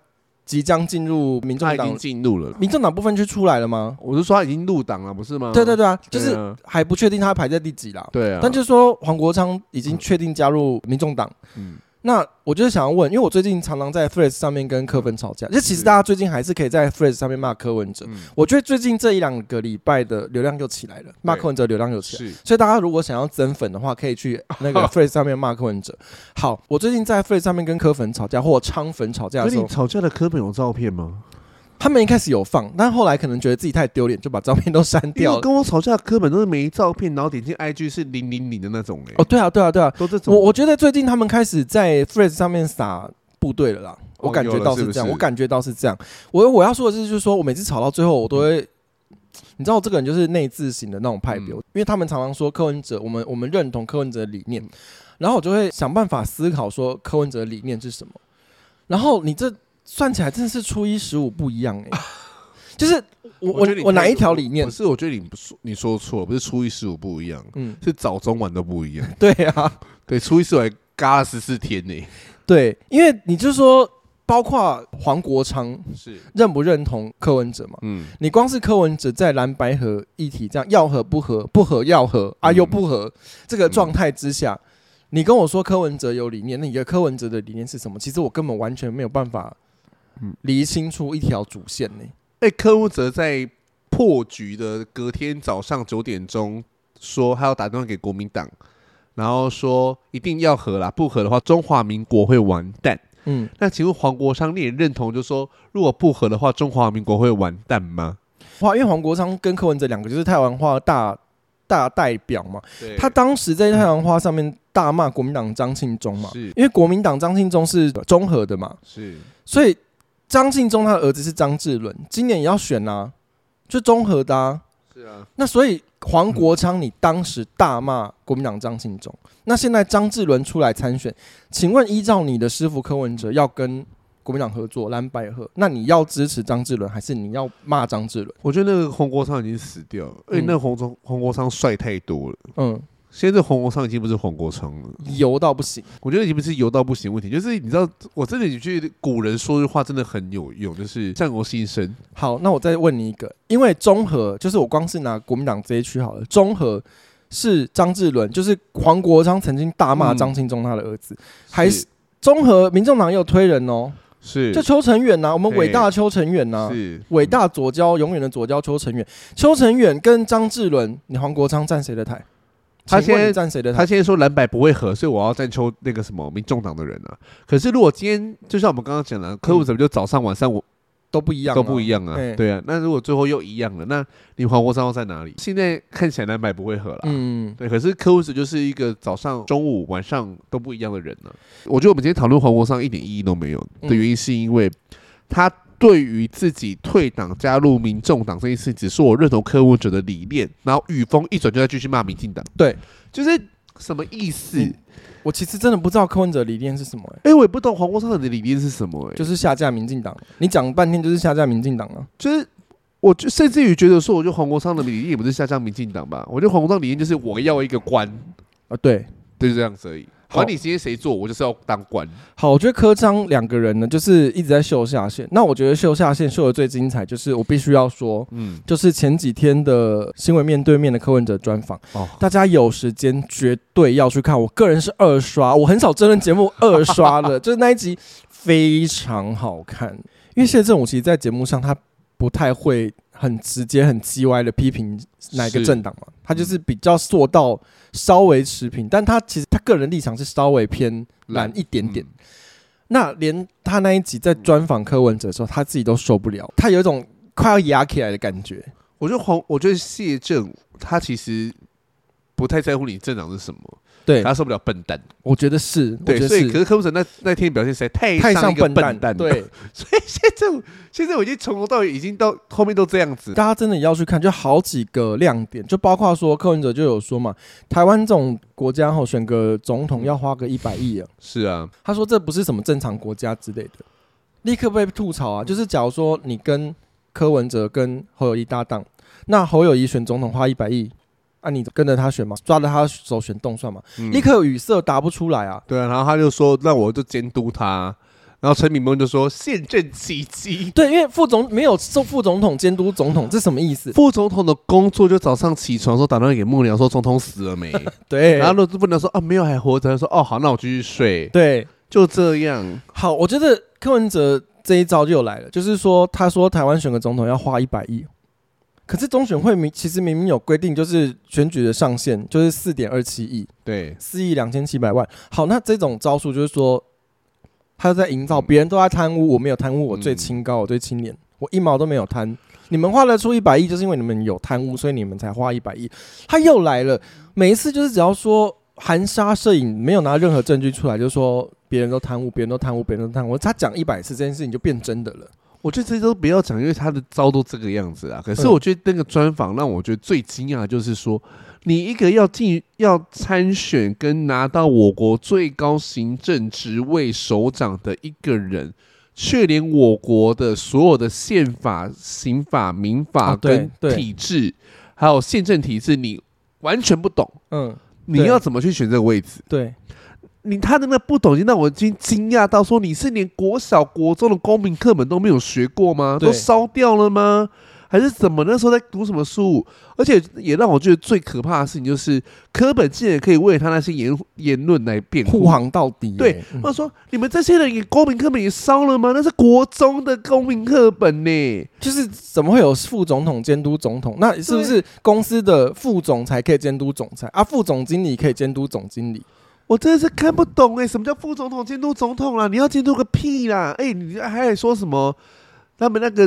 即将进入民众党， 他已经进入了， 民众党部分区出来了吗？ 我是说他已经入党了，不是吗？ 对啊，就是还不确定他排在第几啦。 对啊， 但就是说黄国昌已经确定加入民众党。那我就是想要问，因为我最近常常在 Threads 上面跟柯粉吵架，就其实大家最近还是可以在 Threads 上面骂柯文哲。我觉得最近这1-2个礼拜的流量又起来了，骂柯文哲流量又起来，所以大家如果想要增粉的话，可以去那个 Threads 上面骂柯文哲。好，我最近在 Threads 上面跟柯粉吵架或昌粉吵架的时候， 跟你吵架的柯粉有照片吗？ 他们一开始有放，但后来可能觉得自己太丢脸，就把照片都删掉了。 跟我吵架的柯粉都是没照片，然后点进 IG 是000的那种哦，对啊， 都这种。 我觉得最近他们开始在 Threads 上面撒部队了啦，我感觉到是这样，我感觉到是这样。我要说的是，就是说我每次吵到最后，我都会，你知道我这个人就是内自省的那种派别，因为他们常常说柯文哲，我们认同柯文哲的理念，然后我就会想办法思考说柯文哲的理念是什么，然后你这。算起来真的是初一15不一样就是我哪一条理念？ 不是，我觉得你说错了，不是初一15不一样，是早中晚都不一样。 对啊， 对，初一15还嘎了14天呢。 对，因为你就说，包括黄国昌是认不认同柯文哲嘛？你光是柯文哲在蓝白合议题这样要合不合，不合要合啊又不合这个状态之下。你跟我说柯文哲有理念，那你的柯文哲的理念是什么？其实我根本完全没有办法厘清出一条主线呢。 柯文哲在破局的隔天早上9点钟说他要打电话给国民党，然后说一定要和啦，不和的话中华民国会完蛋。那请问黄国昌你也认同，就是说如果不和的话中华民国会完蛋吗？ 因为黄国昌跟柯文哲两个就是太阳花大代表嘛，他当时在太阳花上面大骂国民党张庆忠嘛，因为国民党张庆忠是中和的嘛，所以张庆忠他的儿子是张志伦，今年也要选啊，就中和的啊，那所以黄国昌你当时大骂国民党张庆忠，那现在张志伦出来参选，请问依照你的师父柯文哲要跟国民党合作蓝白合，那你要支持张志伦还是你要骂张志伦？ 我觉得那个黄国昌已经死掉了，而且那个黄国昌帅太多了。现在黄国昌已经不是黄国昌了， 油到不行。 我觉得已经不是油到不行问题，就是你知道，我真的觉得古人说的话真的很有用，就是战国心声。 好，那我再问你一个，因为中和就是我光是拿国民党这一区好了，中和是张志伦，就是黄国昌曾经大骂张庆忠他的儿子，还是中和民众党也有推人哦。就邱成远呐，我们伟大的邱成远呐，伟大左交永远的左交邱成远，邱成远跟张志伦，你黄国昌站谁的台？ 他现在站谁的台？ 他现在说蓝白不会合，所以我要站那个什么民众党的人啊。可是如果今天就像我们刚刚讲的，柯文哲就早上晚上都不一样， 对啊。那如果最后又一样了，那你黄国昌要在哪里？现在看起来蓝白不会合了，对。可是柯文哲就是一个早上、中午、晚上都不一样的人呢。我觉得我们今天讨论黄国昌一点意义都没有的原因，是因为他对于自己退党加入民众党这件事，只说我认同柯文哲的理念，然后语风一转就再继续骂民进党， 对， 就是什么意思？ 我其实真的不知道柯文哲的理念是什么我也不懂黄国昌的理念是什么就是下架民进党。你讲半天就是下架民进党啊， 就是我甚至于觉得说，我觉得黄国昌的理念也不是下架民进党吧，我觉得黄国昌理念就是我要一个官啊，对， 就是这样子而已。管你今天谁做，我就是要当官。 好，我觉得柯章两个人呢，就是一直在秀下限。那我觉得秀下限秀的最精彩，就是我必须要说，就是前几天的新闻面对面的柯文哲专访，大家有时间绝对要去看。我个人是2刷，我很少真人节目2刷的，就是那一集非常好看。因为谢震武其实在节目上他不太会很直接、很叽歪的批评哪个政党嘛，他就是比较做到稍微持平，但他其实他个人立场是稍微偏蓝一点点。那连他那一集在专访柯文哲的时候，他自己都受不了，他有一种快要压起来的感觉。 我觉得谢震他其实不太在乎你政党是什么。 对， 他受不了笨蛋， 我觉得是， 对，所以可是柯文哲那天表现实在太像一个笨蛋， 对， 所以现在我已经从头到尾已经到后面都这样子， 大家真的要去看，就好几个亮点，就包括说柯文哲就有说嘛，台湾这种国家后选个总统要花个100亿啊， 是啊，他说这不是什么正常国家之类的，立刻被吐槽啊，就是假如说你跟柯文哲跟侯友宜搭档，那侯友宜选总统花100亿。你跟着他选嘛，抓着他手选动算嘛，立刻语塞答不出来啊。 对啊，然后他就说，那我就监督他， 然后陈敏峰就说宪政奇迹。 对，因为没有副总统监督总统，这什么意思？ 副总统的工作就早上起床的时候打电话给幕僚说总统死了没？ 对， 然后不能说没有还活着，他说好，那我继续睡。 对， 就这样。 好，我觉得柯文哲这一招就来了，就是说他说台湾选个总统要花100亿。可是中选会其实明明有规定，就是选举的上限就是4.27亿， 对 ，4亿2700万。好，那这种招数就是说，他在营造别人都在贪污，我没有贪污，我最清高，我最清廉，我1毛都没有贪。你们花得出100亿，就是因为你们有贪污，所以你们才花100亿。他又来了，每一次就是只要说含沙射影，没有拿任何证据出来，就说别人都贪污，别人都贪污，别人都贪污。他讲100次这件事情就变真的了。 我觉得这些都不要讲，因为他的招都这个样子啊。可是我觉得那个专访让我觉得最惊讶的就是说，你一个要参选跟拿到我国最高行政职位首长的一个人，却连我国的所有的宪法、刑法、民法跟体制，还有宪政体制，你完全不懂。你要怎么去选这个位置？ 对。 他的那不懂，已经让我已经惊讶到说，你是连国小国中的公民课本都没有学过吗？都烧掉了吗？还是怎么？那时候在读什么书？而且也让我觉得最可怕的事情就是，柯本竟然可以为他那些言论来辩护， 护航到底。 对，他说你们这些人也公民课本也烧了吗？那是国中的公民课本呢。 就是怎么会有副总统监督总统？那是不是公司的副总裁可以监督总裁啊？副总经理可以监督总经理？ 我真的是看不懂什么叫副总统监督总统啦？你要监督个屁啦！你还得说什么？他们那个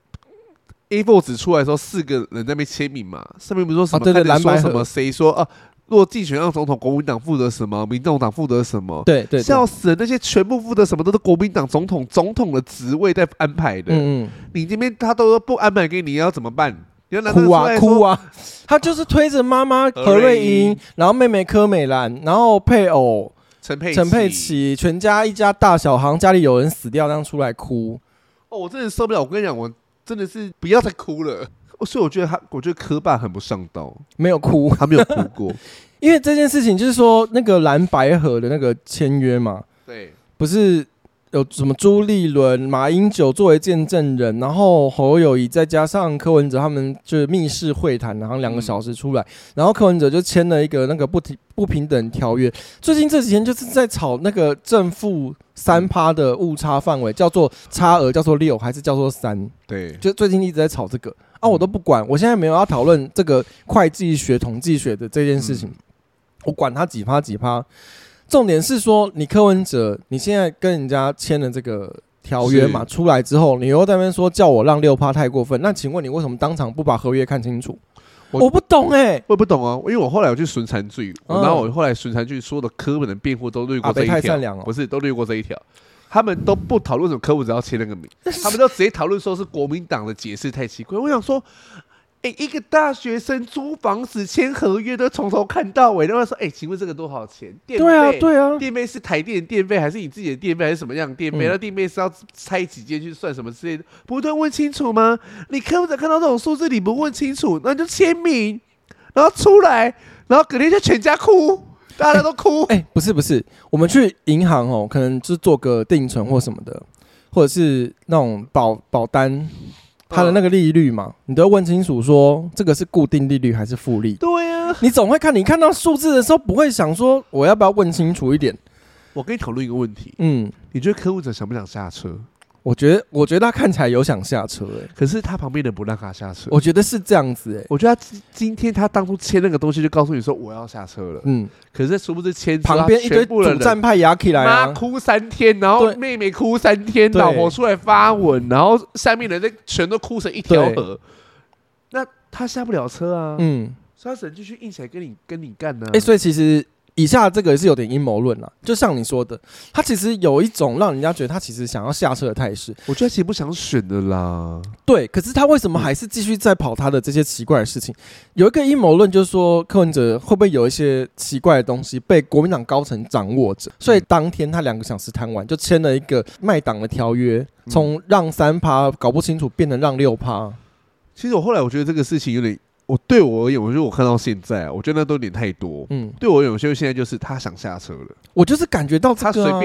A4 纸出来的时候，4个人在那边签名嘛，上面不是说什么？ 对， 说什么？谁说如果竞选让总统，国民党负责什么？民众党负责什么？ 对， 笑死了！那些全部负责什么都是国民党总统的职位在安排的。你这边他都不安排给你，要怎么办？ 哭啊！他就是推着妈妈何瑞英，然后妹妹柯美兰，然后配偶陈佩琪，全家一家大小，好像家里有人死掉，这样出来哭。 我真的受不了！我跟你讲，我真的是不要再哭了。所以我觉得柯爸很不上道， 没有哭， 他没有哭过。 因为这件事情就是说，那个蓝白合的那个签约嘛， 对， 不是。有什么朱立伦、马英九作为见证人，然后侯友宜再加上柯文哲，他们就是密室会谈，然后2个小时出来，然后柯文哲就签了一个那个不平等条约。最近这几天就是在吵那个正负3%的误差范围，叫做差额叫做6还是叫做3？ 对， 就最近一直在吵这个我都不管，我现在没有要讨论这个会计学、统计学的这件事情，我管他几%。重点是说，你柯文哲，你现在跟人家签了这个条约嘛，出来之后，你又在那边说叫我让6%太过分，那请问你为什么当场不把合约看清楚？我不懂我也不懂啊，因为我后来有去巡残剧，然后我后来巡残剧所有的柯本的辩护都略过这一条，不是都略过这一条，他们都不讨论什么柯文哲要签那个名，他们都直接讨论说是国民党的解释太奇怪。我想说。一个大学生租房子签合约都从头看到尾，然后说：“请问这个多少钱？电费？ 对啊， 电费是台电的电费，还是你自己的电费，还是什么样的电费？那电费是要拆几间去算什么之类的，不对，问清楚吗？你看到这种数字，你不问清楚，那就签名，然后出来，然后隔天就全家哭，大家都哭。 不是，我们去银行可能就做个定存或什么的，或者是那种保单。”他的那个利率嘛，你都要问清楚，说这个是固定利率还是复利？ 对啊， 你总会你看到数字的时候，不会想说我要不要问清楚一点？ 我跟你讨论一个问题，你觉得柯文哲想不想下车？ 我觉得他看起来有想下车可是他旁边人不让他下车。 我觉得是这样子我觉得今天他当初签那个东西就告诉你说我要下车了，可是殊不知签旁边一堆主战派压起来妈哭3天，然后妹妹哭3天，老婆出来发文，然后下面人全都哭成一条河，那他下不了车啊，所以他只能继续硬起来跟你干啊。 所以其实。以下这个是有点阴谋论啦，就像你说的，他其实有一种让人家觉得他其实想要下车的态势。 我觉得他其实不想选的啦。 对，可是他为什么还是继续在跑他的这些奇怪的事情？有一个阴谋论就是说，柯文哲会不会有一些奇怪的东西被国民党高层掌握着？所以当天他2个小时谈完，就签了一个卖党的条约，从让3%搞不清楚变成让6%。 其实我后来我觉得这个事情有点。对我而言，我觉得我看到现在我觉得那都有点太多。对我而言，我现在就是他想下车了。 我就是感觉到他随便你，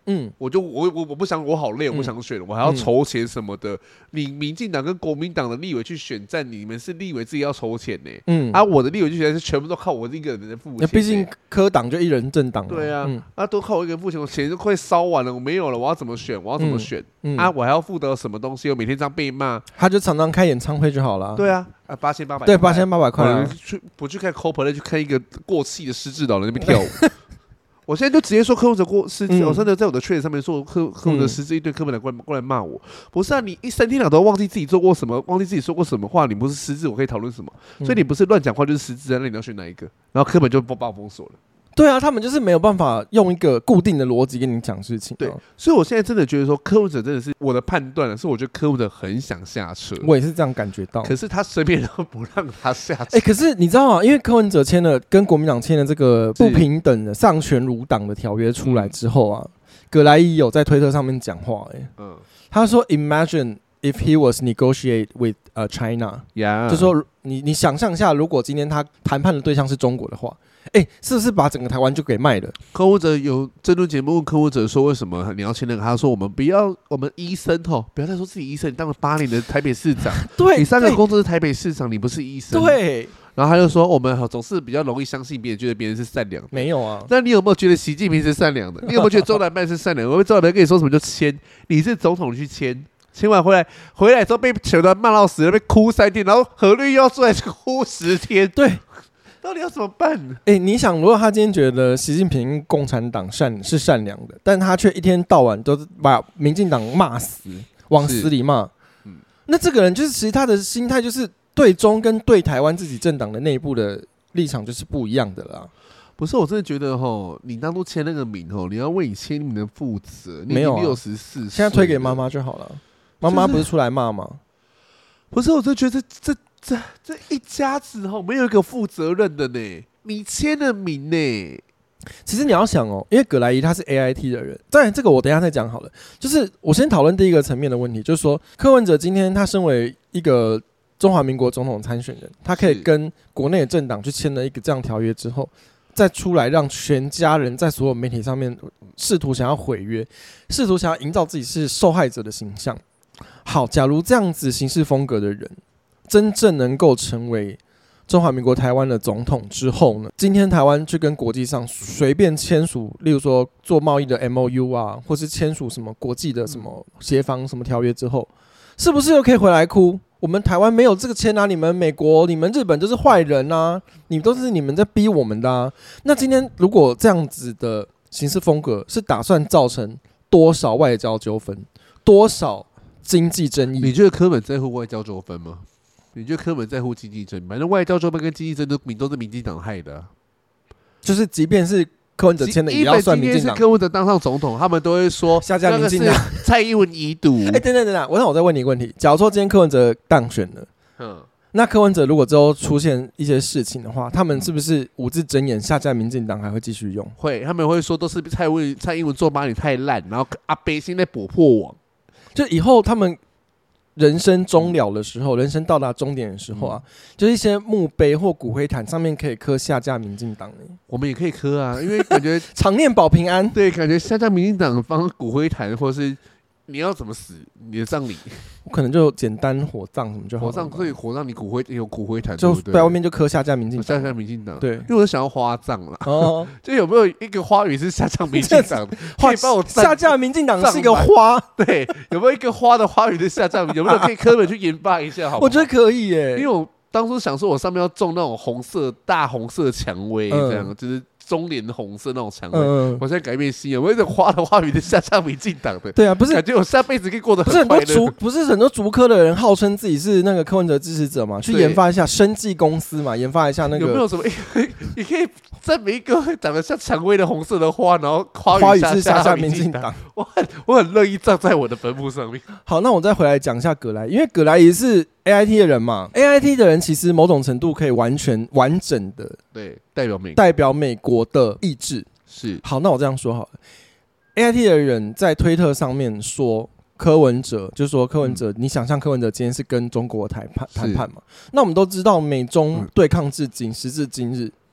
我不想，我好累，我不想选，我还要筹钱什么的。你民进党跟国民党的立委去选战，你们是立委自己要筹钱呢，我的立委去选是全部都靠我一个人的付钱。 毕竟科党就一人政党， 对啊，都靠我一个人付钱，我钱就快烧完了，我没有了，我要怎么选？我还要负责什么东西？我每天这样被骂， 他就常常开演唱会就好了。 对啊，8800， 对，8800块， 不去看 Coldplay，去看一个过气的失智老人那边跳舞。我现在就直接说柯文哲失智，我真的在我的确上面说柯文哲失智，一堆柯本来过来骂我。不是啊，你一3天2头忘记自己做过什么，忘记自己说过什么话，你不是失智，我可以讨论什么？所以你不是乱讲话就是失智啊，那你要选哪一个？然后柯本就把我封锁了。 对啊，他们就是没有办法用一个固定的逻辑跟你讲事情。 对，所以我现在真的觉得说，柯文哲真的是我的判断了，是我觉得柯文哲很想下车， 我也是这样感觉到。 可是他身边人都不让他下车。 可是你知道吗？因为柯文哲跟国民党签了这个不平等的上权辱党的条约出来之后啊，葛莱伊有在推特上面讲话，他说 ：“Imagine if he was negotiate with China， 就说你想象一下，如果今天他谈判的对象是中国的话。”是不是把整个台湾就给卖了？ 柯文哲有政论节目问柯文哲说：“为什么你要签那个？”他说：“我们医生不要再说自己医生，你当了8年的台北市长， 对， 你3个工作是台北市长，你不是医生。” 对。 然后他就说：“我们总是比较容易相信别人，觉得别人是善良的。 没有啊？ 那你有没有觉得习近平是善良的？你有没有觉得周南曼是善良的？我们周南曼跟你说什么就签，你是总统去签。”签完回来之后被全团骂到死了，被哭3天，然后何律又要出来哭10天， 对。 到底要怎么办？ 你想，如果他今天觉得习近平共产党是善良的，但他却一天到晚都是把民进党骂死，往死里骂，那这个人就是其实他的心态就是对中跟对台湾自己政党的内部的立场就是不一样的啦。 不是，我真的觉得你当初签那个名你要为你签名的负责。 没有 64岁， 现在推给妈妈就好了。妈妈不是出来骂吗？ 不是，我就觉得这一家子没有一个负责任的呢。你签了名呢？ 其实你要想因为葛莱伊他是 AIT 的人，当然这个我等一下再讲好了。就是我先讨论第一个层面的问题，就是说柯文哲今天他身为一个中华民国总统参选人，他可以跟国内的政党去签了一个这样条约之后，再出来让全家人在所有媒体上面试图想要毁约，试图想要营造自己是受害者的形象。好，假如这样子行事风格的人真正能够成为中华民国台湾的总统之后呢，今天台湾去跟国际上随便签署，例如说做贸易的 MOU 啊，或是签署什么国际的什么协防什么条约之后，是不是又可以回来哭？我们台湾没有这个签啊，你们美国、你们日本就是坏人啊，都是你们在逼我们的啊。那今天如果这样子的行事风格是打算造成多少外交纠纷，多少经济争议？ 你觉得柯本在乎外交纠纷吗？你觉得柯本在乎经济争议？反正外交纠纷跟经济争议都是民进党害的， 就是即便是柯文哲签的，也要算民进党。 今天是柯文哲当上总统，他们都会说下架民进党， 蔡英文遗毒。 等，我再问你一个问题：假如说今天柯文哲当选了，那柯文哲如果之后出现一些事情的话，他们是不是5字真言下架民进党还会继续用？ 会，他们会说都是蔡英文做八年太烂，然后阿北现在补破网， 就以后他们人生终了的时候，人生到达终点的时候啊，就是一些墓碑或骨灰坛上面可以刻下架民进党。 我们也可以刻啊，因为感觉常念保平安。 对，感觉下架民进党放骨灰坛，或是你要怎么死，你的葬礼， 我可能就简单火葬什么就好了。 火葬可以火葬，你有骨灰坛， 就在外面就刻下架民进党， 下架民进党。 对， 因为我想要花葬啦。就有没有一个花语是下架民进党的？可以帮我下架民进党是一个花， 对，有没有一个花的花语是下架？有没有可以柯本去研发一下？好不好？ 我觉得可以耶， 因为我当初想说，我上面要种那种大红色蔷薇，这样就是中年红色那种蔷薇。我现在改变心，有没有一种花的花语是下架民进党的？ 对啊，不是感觉我下辈子可以过得很快乐。不是很多竹科的人号称自己是那个柯文哲支持者嘛，去研发一下生技公司嘛，研发一下那个有没有什么？你可以证明一个长得像蔷薇的红色的花，然后花语是下架民进党。我很乐意葬在我的坟墓上面。 好，那我再回来讲一下葛莱，因为葛莱也是 AIT 的人嘛 ，AIT 的人其实某种程度可以完整的对代表美国的意志。 是好，那我这样说好了 ，AIT 的人在推特上面说柯文哲，就是说柯文哲，你想象柯文哲今天是跟中国谈判嘛？那我们都知道美中对抗至今，时至今日，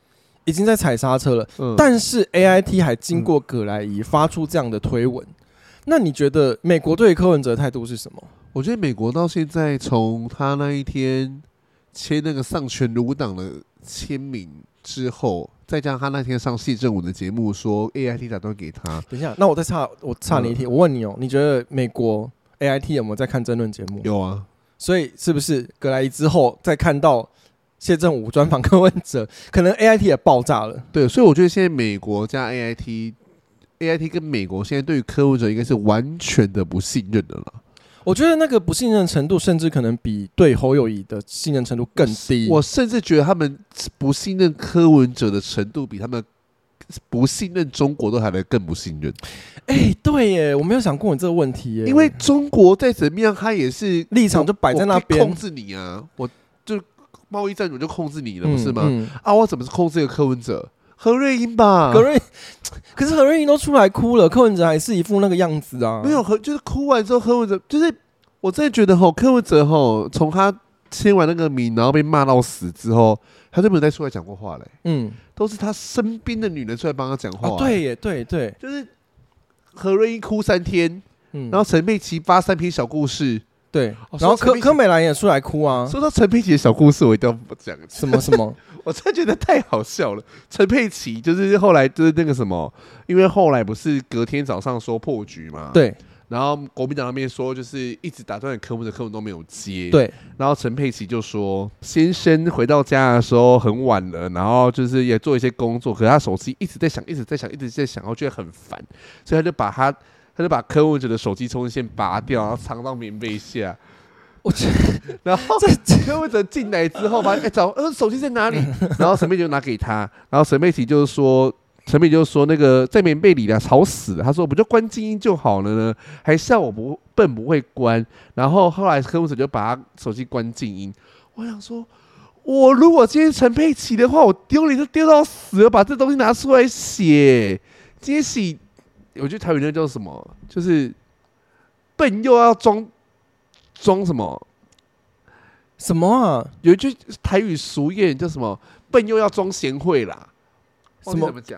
已经在踩刹车了，但是 AIT 还经过葛莱仪发出这样的推文。那你觉得美国对柯文哲的态度是什么？ 我觉得美国到现在，从他那一天签那个丧权辱党的签名之后，再加上他那天上谢振武的节目说 AIT 打算给他。 等一下，那我岔你一题，我问你你觉得美国 AIT 有没有在看争论节目？ 有啊， 所以是不是葛莱仪之后再看到谢振武专访柯文哲，可能 AIT 也爆炸了？ 对，所以我觉得现在美国加 AIT 跟美国现在对于柯文哲应该是完全的不信任的了。 我觉得那个不信任程度，甚至可能比对侯友宜的信任程度更低。 我甚至觉得他们不信任柯文哲的程度，比他们不信任中国都还来更不信任。 对耶，我没有想过你这个问题耶。 因为中国再怎么样，他也是立场就摆在那边， 控制你啊！我就贸易战我就控制你了，不是吗？我怎么是控制一个柯文哲？何瑞英吧， 可是何瑞英都出来哭了，柯文哲还是一副那个样子啊。 没有，就是哭完之后，柯文哲就是我真的觉得柯文哲从他签完那个名，然后被骂到死之后，他就没有再出来讲过话嘞。都是他身边的女人出来帮他讲话。 对耶，对， 就是何瑞英哭3天，然后陈佩琪发3篇小故事。对， 然后柯美兰也出来哭啊。 说到陈佩琪的小故事，我一定要讲什么？ 我真的觉得太好笑了。陈佩琪就是后来就是那个什么，因为后来不是隔天早上说破局嘛， 对。 然后国民党那边说就是一直打断柯文哲都没有接， 对。 然后陈佩琪就说，先生回到家的时候很晚了，然后就是也做一些工作，可是他手机一直在响，然后觉得很烦，所以他就把柯文哲的手机充电线拔掉，然后藏到棉被下。然后柯文哲进来之后，找手机在哪里？然后陈佩琪就拿给他，然后陈佩琪就说那个在棉被里啦，吵死了。他说不就关静音就好了呢，还笑我笨不会关。然后后来柯文哲就把他手机关静音。我想说，我如果今天陈佩琪的话，我丢脸就丢到死了，把这东西拿出来写。今天洗，我觉得台语那叫什么？就是笨又要装什么？ 什么啊？ 有一句台语俗谚叫什么？笨又要装贤惠啦。怎么讲？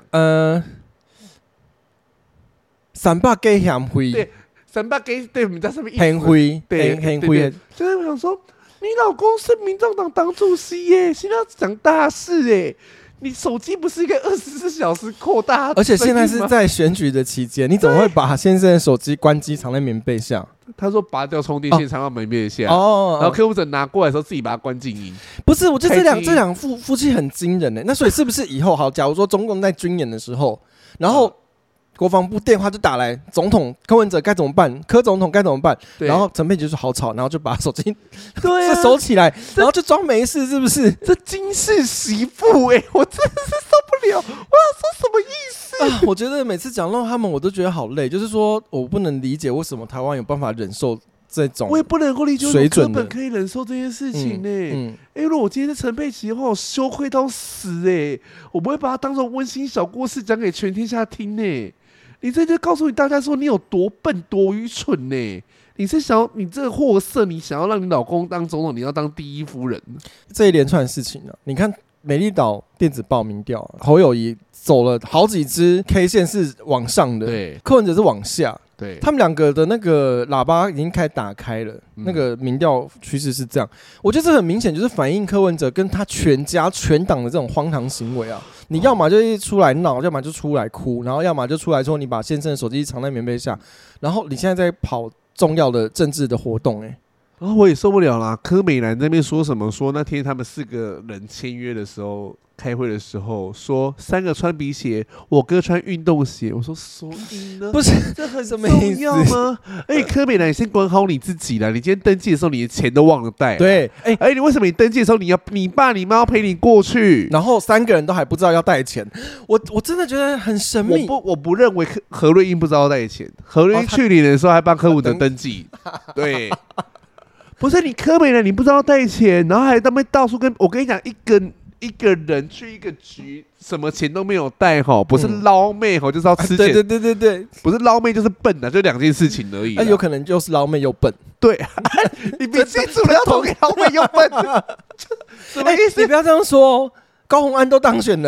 三百给贤惠。 对，300给对，你知道什么意思？ 贤惠， 对，就是我想说，你老公是民众党党主席耶，现在要讲大事耶。你手机不是一个24小时扩大， 而且现在是在选举的期间，你怎么会把先生的手机关机藏在棉被下？ 他说拔掉充电线藏到棉被下，然后柯文哲拿过来的时候自己把它关静音。 不是，我觉得这两夫妻很惊人那所以是不是以后好？假如说中共在军演的时候，然后国防部电话就打来，总统柯文哲该怎么办？柯总统该怎么办？然后陈佩琪就说好吵，然后就把手机收起来，然后就装没事，是不是？ 这金氏媳妇我真的是受不了！我要说什么意思？ 我觉得每次讲到他们，我都觉得好累。就是说我不能理解为什么台湾有办法忍受这种， 我也不能够理解水准根本可以忍受这件事情如果我今天是陈佩琪的话，我羞愧到死我不会把它当成温馨小故事讲给全天下听你这就告诉大家说你有多笨多愚蠢你是想要你这个货色，你想要让你老公当总统，你要当第一夫人。 这一连串的事情你看美丽岛电子报民调，侯友宜走了好几支 K 线是往上的， 对， 柯文哲是往下， 对， 他们两个的那个喇叭已经开始打开了，那个民调趋势是这样。我觉得这很明显就是反映柯文哲跟他全家全党的这种荒唐行为你要么就一出来闹，要么就出来哭，然后要么就出来说你把先生的手机藏在棉被下，然后你现在在跑重要的政治的活动然后我也受不了啦。柯美兰那边说什么？说那天他们4个人签约的时候，开会的时候说3个穿皮鞋，我哥穿运动鞋。我说所以呢？ 不是这很重要吗？柯美兰，你先管好你自己啦。你今天登记的时候，你的钱都忘了带。 对， 你为什么你登记的时候你爸你妈要陪你过去？ 然后3个人都还不知道要带钱，我真的觉得很神秘。 我不认为何瑞英不知道带钱，何瑞英去年的时候还帮柯文哲登记。对。不是你柯美兰，你不知道带钱，然后还在那边到处我跟你讲，一个人去一个局，什么钱都没有带不是捞妹就是要吃钱。 对， 不是捞妹就是笨就2件事情而已。 有可能就是捞妹又笨。 对，你别记住了，要投给捞妹又笨。什么意思？ 你不要这样说高虹安都当选了。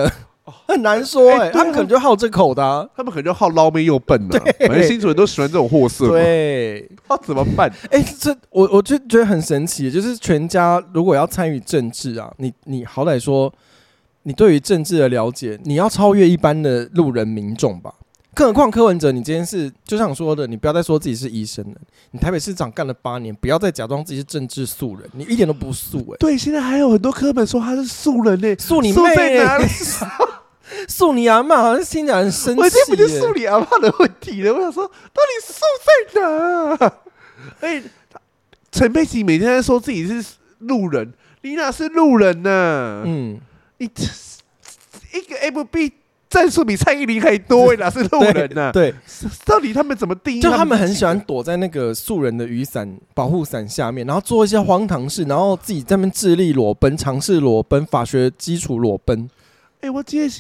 很难说他们可能就好这口的他们可能就好捞妹又笨了。反正新竹人都喜欢这种货色嘛。 对， 怎么办？ 我就觉得很神奇，就是全家如果要参与政治啊，你好歹说，你对于政治的了解，你要超越一般的路人民众吧。更何况柯文哲，你今天是就像说的，你不要再说自己是医生了，你台北市长干了8年，不要再假装自己是政治素人，你一点都不素对，现在还有很多科本说他是素人素你妹在哪里？ 素你阿嬷好像听起来很生气。 我这不就素你阿嬷的问题了？我想说，到底素在哪？陈佩琪每天在说自己是路人，你哪是路人呢？你一个 FB。战术比蔡依林还多哪是路人呢？ 对， 到底他们怎么定义？ 就他们很喜欢躲在那个素人的雨伞保护伞下面，然后做一些荒唐事，然后自己在那边致力裸奔、尝试裸奔、法学基础裸奔。 我今天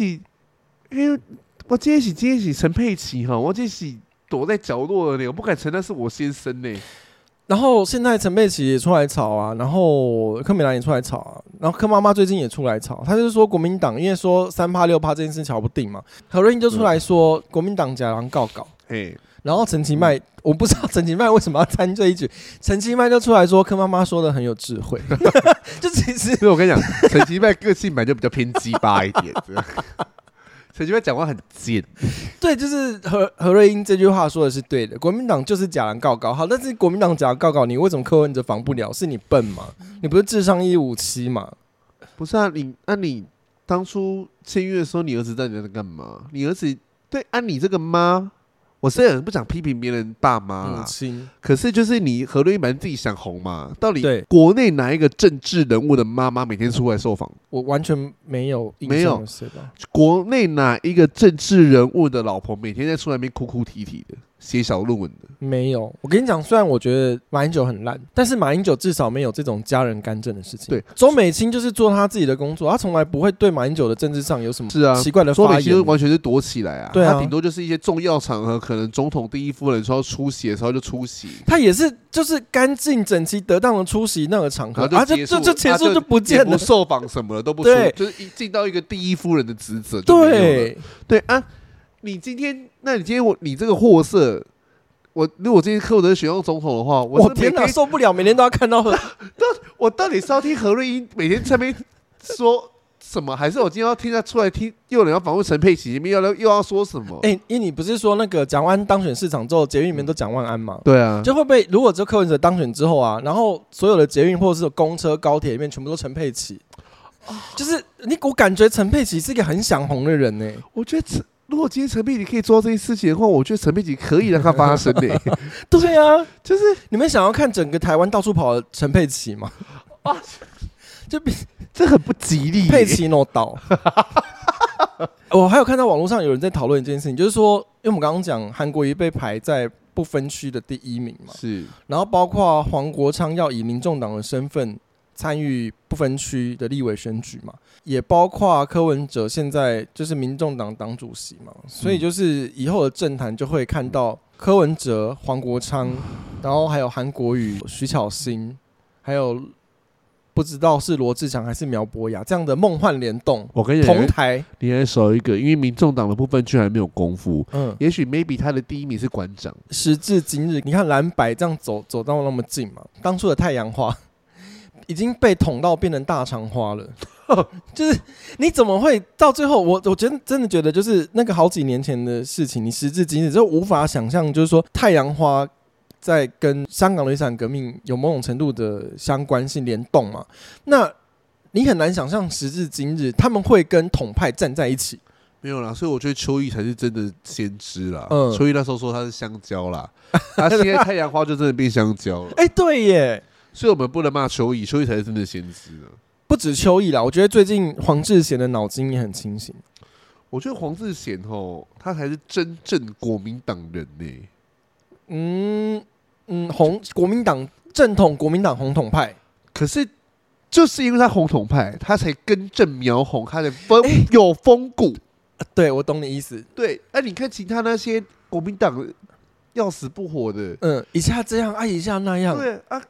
是陈佩琪哈，我今天是躲在角落的呢，我不敢承认是我先生呢。 然后现在陈佩琪也出来吵啊，然后柯美兰也出来吵啊，然后柯妈妈最近也出来吵，他就是说国民党因为说3%、6%这件事瞧不定嘛，何瑞英就出来说国民党假狼告告，然后陈其迈，我不知道陈其迈为什么要参这一局，陈其迈就出来说柯妈妈说的很有智慧，就其实我跟你讲，陈其迈个性本来就比较偏鸡巴一点。陈其迈讲话很贱， 对，就是何瑞英这句话说的是对的。国民党就是假狼告告，好，但是国民党假狼告告，你为什么柯文哲防不了？是你笨吗？你不是智商157吗？ 不是啊，你当初签约的时候，你儿子在你在干嘛？你儿子对你这个妈，我虽然不想批评别人爸妈啦，可是就是你何瑞英本来自己想红嘛，到底国内哪一个政治人物的妈妈每天出来受访？我完全没有印象的是吧？ 国内哪一个政治人物的老婆每天在出来那边哭哭啼啼的写小论文的？ 没有。我跟你讲，虽然我觉得马英九很烂，但是马英九至少没有这种家人干政的事情。对，周美青就是做他自己的工作，他从来不会对马英九的政治上有什么奇怪的发言。 周美青完全是躲起来啊， 对啊， 他顶多就是一些重要场合，可能总统第一夫人说要出席的时候就出席， 他也是就是干净整齐得当的出席那个场合，就结束就不见了， 不受访什么了都不出，就是尽到一个第一夫人的职责。对啊，你今天你这个货色。如果今天柯文哲选上总统的话，我天哪，受不了，每天都要看到我到底是要听何瑞英每天在那边说什么，还是我今天要听他出来听，又有人要访问陈佩琪，又要说什么？ 因为你不是说那个蒋万安当选市长之后，捷运里面都蒋万安吗？ 对啊， 就会被如果这柯文哲当选之后啊，然后所有的捷运或者是公车、高铁里面全部都陈佩琪，就是我感觉陈佩琪是一个很想红的人呢。 我觉得如果今天陈佩琪可以做到这件事情的话，我觉得陈佩琪可以让他发生的。 对啊，就是你们想要看整个台湾到处跑的陈佩琪吗？就这很不吉利。 佩奇诺岛。我还有看到网络上有人在讨论一件事情，就是说，因为我们刚刚讲韩国瑜被排在不分区的第1名嘛， 是， 然后包括黄国昌要以民众党的身份参与不分区的立委选举嘛，也包括柯文哲现在就是民众党党主席嘛，所以就是以后的政坛就会看到柯文哲、黄国昌，然后还有韩国瑜、徐巧芯，还有不知道是罗志祥还是苗博雅这样的梦幻联动。 我跟你同台， 你还少一个，因为民众党的部分居然没有功夫。也许 maybe 他的第1名是馆长。 时至今日，你看蓝白这样走到那么近嘛，当初的太阳花已经被捅到变成大肠花了。就是你怎么会到最后？我真的觉得就是那个好几年前的事情，你时至今日就无法想象，就是说太阳花在跟香港的雨伞革命有某种程度的相关性联动嘛？那你很难想象时至今日他们会跟统派站在一起。 没有啦，所以我觉得邱毅才是真的先知啦。邱毅那时候说他是香蕉啦，现在太阳花就真的变香蕉了。 对耶， 所以我们不能骂邱毅，邱毅才是真的先知了。 不止邱毅啦，我觉得最近黄智贤的脑筋也很清醒。 我觉得黄智贤他才是真正国民党人呢。 国民党正统国民党红统派， 可是就是因为他红统派，他才根正苗红，他的有风骨。 对，我懂你意思。 对，你看其他那些国民党要死不活的， 一下这样一下那样。 对啊，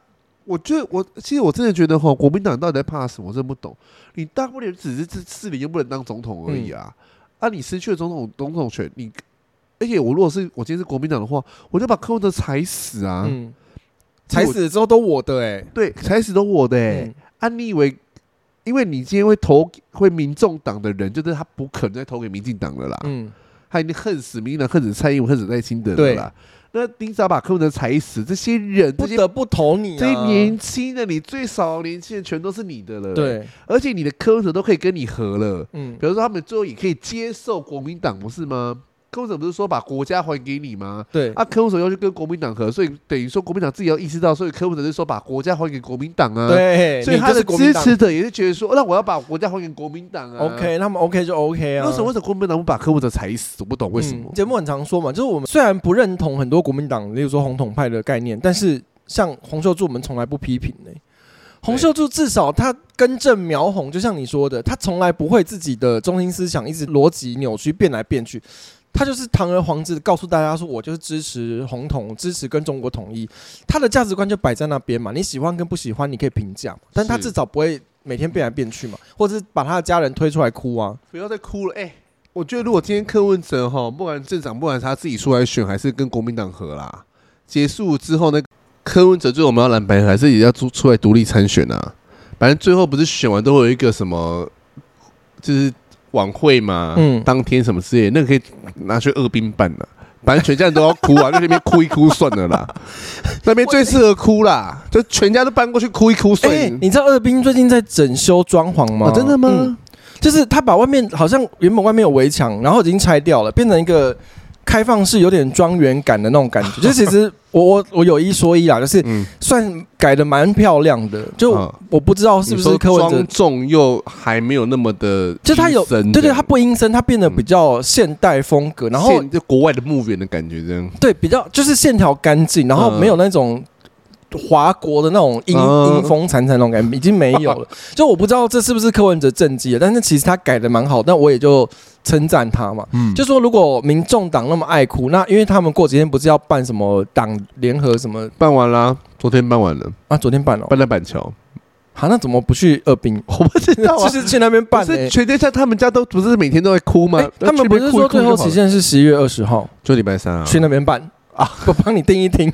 其实我真的觉得国民党到底在怕什么？我真的不懂。你大不了只是这4年又不能当总统而已啊！你失去了总统权，而且如果是我今天是国民党的话，我就把柯文哲踩死啊！ 踩死了之后都我的对，踩死都我的你以为？因为你今天会民众党的人，就是他不可能再投给民进党了啦。他已经恨死民进党，恨死蔡英文，恨死赖清德了啦。那你只要把柯文哲踩死，这些人不得不投你啊！ 这些年轻的你最少年轻人全都是你的了。 对， 而且你的柯文哲都可以跟你合了。比如说他们最后也可以接受国民党，不是吗？柯文哲不是说把国家还给你吗？ 对柯文哲要去跟国民党合，所以等于说国民党自己要意识到，所以柯文哲是说把国家还给国民党啊。 对， 所以他的支持者也是觉得说，那我要把国家还给国民党啊。 OK， 他们 OK 就 OK 啊。 为什么国民党不把柯文哲踩死？我不懂为什么。 节目很常说嘛，就是我们虽然不认同很多国民党，例如说红统派的概念，但是像洪秀柱，我们从来不批评洪秀柱至少他根正苗红，就像你说的，他从来不会自己的中心思想一直逻辑扭曲变来变去。他就是堂而皇之的告诉大家说，我就是支持红统，支持跟中国统一。他的价值观就摆在那边嘛，你喜欢跟不喜欢，你可以评价，但他至少不会每天变来变去嘛，或者是把他的家人推出来哭啊。 不要再哭了，我觉得如果今天柯文哲不管镇长，不管是他自己出来选，还是跟国民党合啦，结束之后呢，柯文哲最后我们要蓝白合，还是也要出来独立参选啊？反正最后不是选完都会有一个什么，就是晚会嘛，当天什么之类的，那个可以拿去二兵办了。反正全家人都要哭啊，就那边哭一哭算了啦。那边最适合哭啦，就全家都搬过去哭一哭算了。 你知道二兵最近在整修装潢吗？ 真的吗？ 就是他把外面好像原本外面有围墙，然后已经拆掉了，变成一个开放式有点庄园感的那种感觉。就是其实我有一说一啦，就是算改的蛮漂亮的。就我不知道是不是柯文哲庄重又还没有那么的， 就他有对，他不阴森，他变得比较现代风格，然后就国外的墓园的感觉这样。 对，比较就是线条干净，然后没有那种华国的那种阴风惨惨那种感觉已经没有了。就我不知道这是不是柯文哲政绩了，但是其实他改的蛮好，但我也就称赞他嘛。就说如果民众党那么爱哭，那因为他们过几天不是要办什么党联合什么？ 办完啦，昨天办完了啊，昨天办了， 办在板桥。 好，那怎么不去二兵？ 我不知道就是去那边办。 是全天下他们家都不是每天都在哭吗？ 他们不是说最后期限是11月20号， 就礼拜3啊， 去那边办啊，我帮你听一听。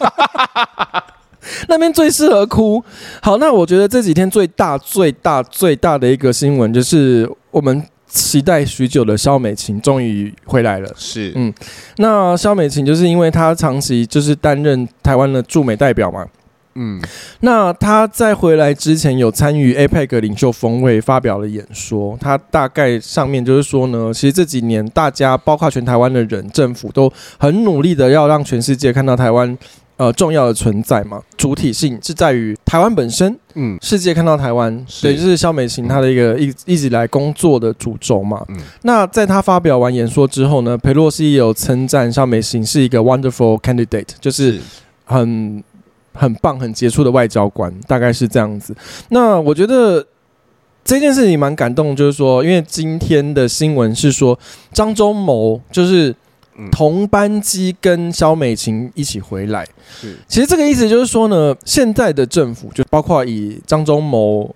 那边最适合哭。好，那我觉得这几天最大的一个新闻就是我们期待许久的萧美琴终于回来了。 是， 那萧美琴就是因为她长期就是担任台湾的驻美代表嘛。那他在回来之前有参与 APEC 领袖峰会发表了演说，他大概上面就是说呢，其实这几年大家包括全台湾的人政府都很努力的要让全世界看到台湾重要的存在嘛，主体性是在于台湾本身，世界看到台湾，对，就是萧美琴她的一个一直以来工作的主轴嘛。那在她发表完演说之后呢，裴洛西也有称赞萧美琴是一个 wonderful candidate， 就是很棒、很杰出的外交官，大概是这样子。那我觉得这件事情蛮感动，就是说，因为今天的新闻是说张忠谋就是同班机跟萧美琴一起回来。其实这个意思就是说呢，现在的政府就包括以张忠谋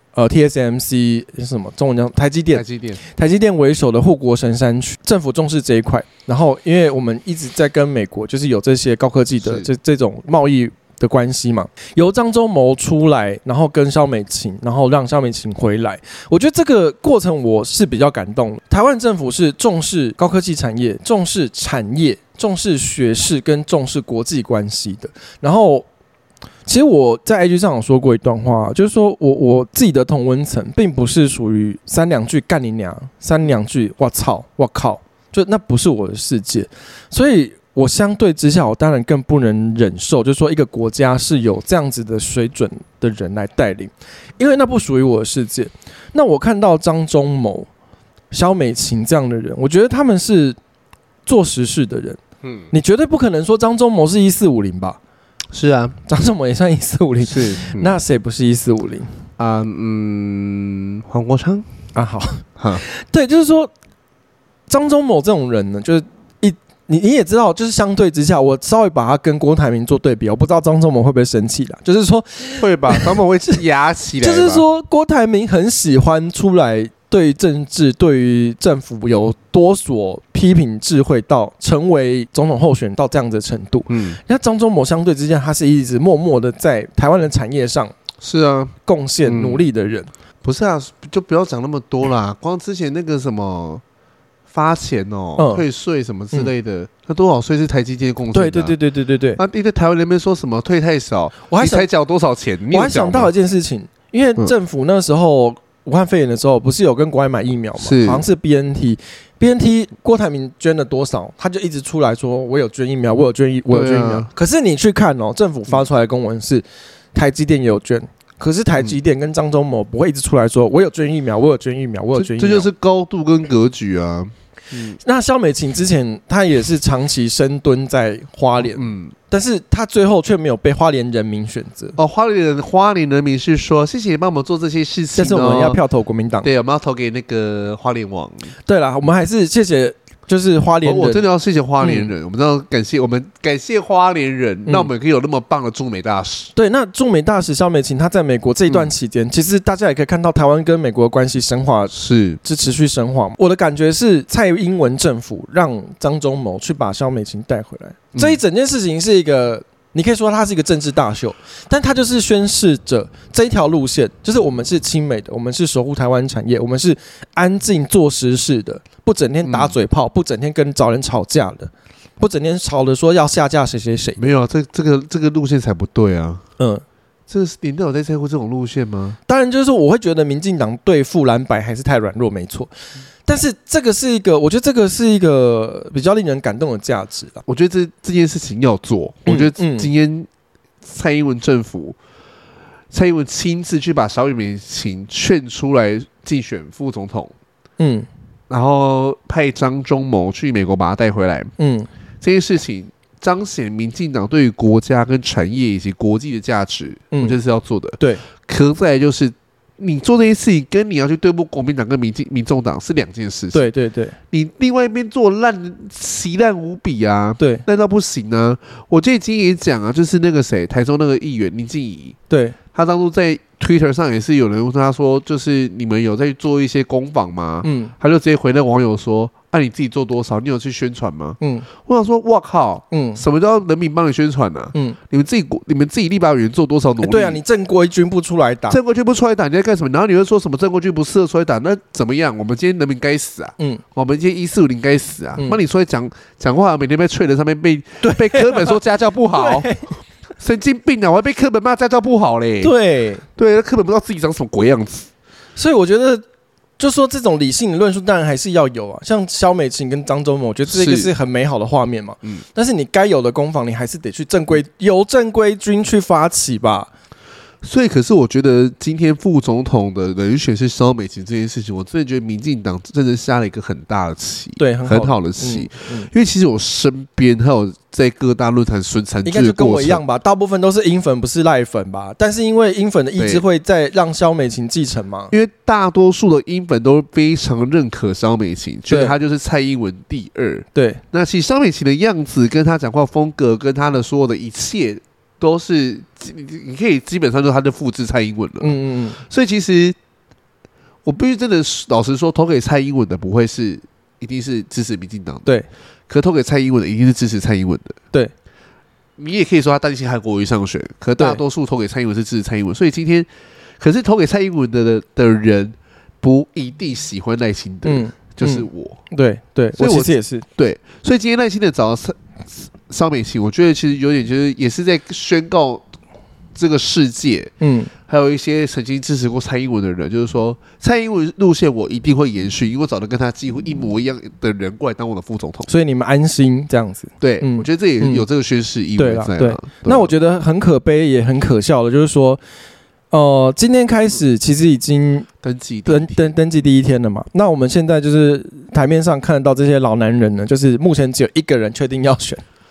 TSMC 是什么中文叫台积电为首的护国神山区，政府重视这一块。然后，因为我们一直在跟美国就是有这些高科技的这种贸易的关系嘛，由张忠谋出来，然后跟萧美琴，然后让萧美琴回来，我觉得这个过程我是比较感动。台湾政府是重视高科技产业、重视产业、重视学士跟重视国际关系的。然后，其实我在 IG 上有说过一段话，就是说我自己的同温层并不是属于三两句干你娘，三两句我操我靠，就那不是我的世界，所以我相对之下，我当然更不能忍受，就是说一个国家是有这样子的水准的人来带领，因为那不属于我的世界。那我看到张忠谋、萧美琴这样的人，我觉得他们是做实事的人。你绝对不可能说张忠谋是1450吧？ 是啊， 张忠谋也算1450， 是。 那谁不是1450 啊？黄国昌啊， 好，对，就是说张忠谋这种人呢，就是你也知道，就是相对之下，我稍微把它跟郭台铭做对比，我不知道张忠谋会不会生气啦。就是说， 会吧，张忠谋会压起来。 就是说，郭台铭很喜欢出来对政治、对于政府有多所批评智慧，到成为总统候选人到这样的程度。那张忠谋相对之下，他是一直默默的在台湾的产业上是啊贡献努力的人。 不是啊，就不要讲那么多啦。光之前那个什么发钱退税什么之类的，那多少税是台积电贡献的？ 对。 啊，一个台湾人民说什么退太少，你才缴多少钱？ 我还想到一件事情，因为政府那时候武汉肺炎的时候，不是有跟国外买疫苗吗？好像是 BNT 郭台铭捐了多少，他就一直出来说我有捐疫苗，我有捐疫苗。可是你去看政府发出来的公文是台积电也有捐。可是台积电跟张忠谋不会一直出来说，我有捐疫苗，我有捐疫苗，我有捐疫苗。这就是高度跟格局啊。 那萧美琴之前她也是长期深蹲在花莲，但是她最后却没有被花莲人民选择。 花莲人民是说，谢谢你帮我们做这些事情， 但是我们要票投国民党。 对，我们要投给那个花莲王。 对啦，我们还是谢谢。就是花莲人， 我真的要谢谢花莲人。我们要感谢花莲人，那我们可以有那么棒的驻美大使。 对，那驻美大使萧美琴，她在美国这一段期间，其实大家也可以看到台湾跟美国的关系深化，是持续深化。我的感觉是蔡英文政府让张忠谋去把萧美琴带回来，这一整件事情是一个。你可以说它是一个政治大秀，但它就是宣示着这一条路线，就是我们是亲美的，我们是守护台湾产业，我们是安静做实事的，不整天打嘴炮，不整天跟找人吵架的，不整天吵着说要下架谁谁谁。 没有，这个路线才不对啊。你都有在在乎这种路线吗？ 当然，就是说我会觉得民进党对付蓝白还是太软弱，没错。但是这个是一个，我觉得这个是一个比较令人感动的价值啦。 我觉得这件事情要做。我觉得今天蔡英文政府，蔡英文亲自去把萧美琴劝出来竞选副总统，然后派张忠谋去美国把他带回来，这件事情彰显民进党对于国家跟产业以及国际的价值，我觉得是要做的。 对， 可再来就是你做这些事情，跟你要去对付国民党跟民众党是两件事情。 对， 你另外一边做奇烂无比啊， 对， 烂到不行啊。我今天也讲啊，就是那个谁，台中那个议员林静怡， 对， 他当初在 Twitter 上也是有人问他说，就是你们有在做一些攻防吗？他就直接回那网友说。你自己做多少？你有去宣传吗？我想说，哇靠，什么叫人民帮你宣传呢？你们自己立法委员做多少努力？ 对啊，你正规军不出来打， 正规军不出来打，你在干什么？然后你会说什么正规军不适合出来打？那怎么样？我们今天人民该死啊！我们今天1450该死啊！那你出来讲话，每天被吹的上面被柯本说家教不好，神经病啊！我还被柯本骂家教不好嘞。对，柯本不知道自己长什么鬼样子， 所以我觉得。就说这种理性的论述当然还是要有啊，像萧美琴跟张忠谋，我觉得这个是很美好的画面嘛。但是你该有的攻防，你还是得去由正规军去发起吧。 所以，可是我觉得今天副总统的人选是萧美琴这件事情，我真的觉得民进党真的下了一个很大的棋， 对， 很好的棋。因为其实我身边还有在各大论坛宣传， 应该就跟我一样吧，大部分都是鹰粉，不是赖粉吧？但是因为鹰粉的意志会再让萧美琴继承嘛， 因为大多数的鹰粉都非常认可萧美琴，觉得她就是蔡英文第二。对，那其实萧美琴的样子、跟她讲话风格、跟她的所有的一切。都是你可以基本上就他就复制蔡英文了，所以其实我必须真的老实说，投给蔡英文的不会是一定是支持民进党的，对，可投给蔡英文的一定是支持蔡英文的，对，你也可以说他担心韩国瑜上选，可大多数投给蔡英文是支持蔡英文，所以今天可是投给蔡英文的人不一定喜欢赖清德，就是我，对， 所以我其实也是对，所以今天赖清德找萧美琴，我觉得其实有点就是也是在宣告这个世界，还有一些曾经支持过蔡英文的人，就是说蔡英文路线我一定会延续，因为我找到跟他几乎一模一样的人过来当我的副总统， 所以你们安心这样子。对， 我觉得这也有这个宣示意味在。对， 那我觉得很可悲也很可笑的，就是说，今天开始其实已经登记第一天了嘛。那我们现在就是台面上看得到这些老男人呢，就是目前只有一个人确定要选。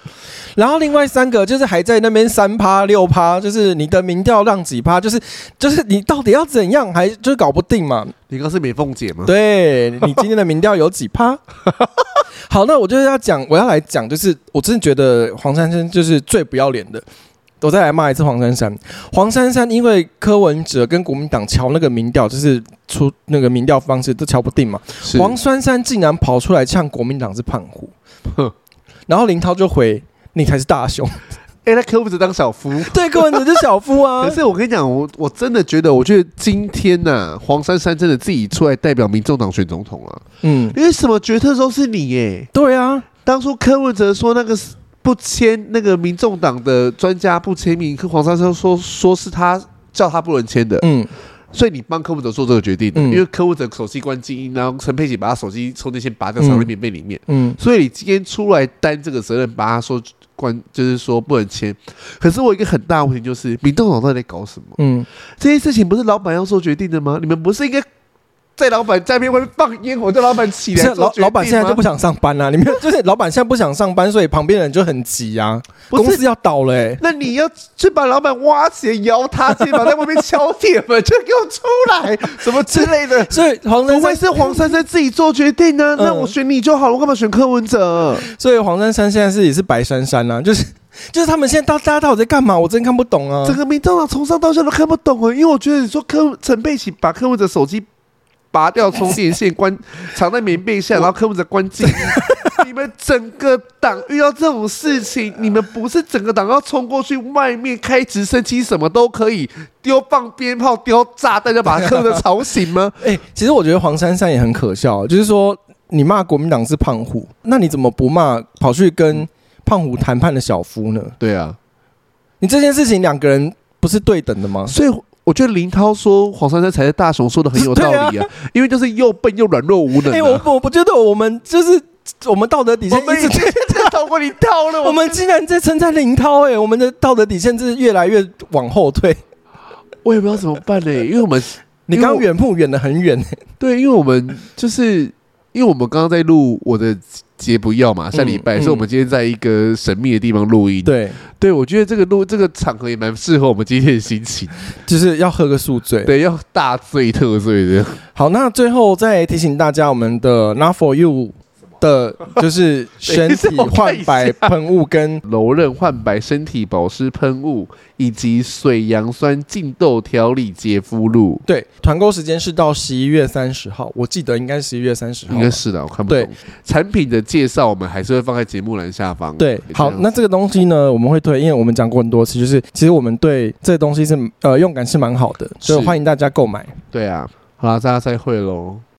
然后另外3个就是还在那边3%、6%，就是你的民调让几%，就是你到底要怎样，还就是搞不定嘛。 你刚是美凤姐吗？ 对，你今天的民调有几%？好，那我就是我要来讲，就是我真的觉得黄珊珊就是最不要脸的。我再来骂一次黄珊珊。黄珊珊因为柯文哲跟国民党瞧那个民调，就是出那个民调方式都瞧不定嘛。黄珊珊竟然跑出来呛国民党是胖虎，然后林涛就回你才是大雄。 那柯文哲当小夫， 对，柯文哲是小夫啊。 可是我跟你讲，我真的觉得，我觉得今天呐，黄珊珊真的自己出来代表民众党选总统了。因为什么决策都是你耶。对啊，当初柯文哲说那个不签那个民众党的专家不签名，黄珊珊说是他叫他不能签的。所以你帮柯文哲做这个决定的，因为柯文哲手机关静音，然后陈佩琪把他手机充电线拔掉，藏在棉被里面。所以你今天出来担这个责任，把他说就是说不能签。可是我有一个很大的问题就是，民众党到底在搞什么？这些事情不是老板要做决定的吗？你们不是应该在老板在那边会放烟火，叫老板起来做决定吗？老板现在就不想上班啊！你们就是老板现在不想上班，所以旁边人就很急啊。公司要倒了欸，那你要去把老板挖起来摇他肩膀，在外面敲铁门，就给我出来，什么之类的。所以不会是黄珊珊自己做决定呢？那我选你就好了，我干嘛选柯文哲？所以黄珊珊现在也是白珊珊啊，就是他们现在大家到底在干嘛？我真看不懂啊！整个民众党从上到下都看不懂啊，因为我觉得你说陈佩琪把柯文哲手机拔掉充电线，藏在棉被下，然后柯文哲关静音。你们整个党遇到这种事情，你们不是整个党要冲过去外面开直升机，什么都可以丢放鞭炮、丢炸弹，就把柯文哲吵醒吗？其实我觉得黄珊珊也很可笑，就是说你骂国民党是胖虎，那你怎么不骂跑去跟胖虎谈判的小夫呢？对啊，你这件事情2个人不是对等的吗？所以我觉得林涛说黄珊珊才是大雄，说的很有道理啊，因为就是又笨又软弱无能。我觉得我们就是我们道德底线一直超过林涛了，我们竟然在称赞林涛，我们的道德底线是越来越往后退。我也不知道怎么办呢，因为你刚刚远铺远得很远。对，因为我们刚刚在录我的节不要嘛，下礼拜，所以我们今天在一个神秘的地方录音。对，我觉得这个场合也蛮适合我们今天的心情，就是要喝个宿醉，对，要大醉特醉的。好，那最后再提醒大家，我们的 Not For You 的就是身体焕白喷雾跟柔韧焕白身体保湿喷雾，以及水杨酸净痘调理洁肤露。对，团购时间是到11月30号，我记得应该是11月30号，应该是的，我看不懂。产品的介绍我们还是会放在节目栏下方。对，好，那这个东西呢，我们会推，因为我们讲过很多次，就是其实我们对这个东西是用感是蛮好的，所以欢迎大家购买。对啊，好啦，大家再会喽。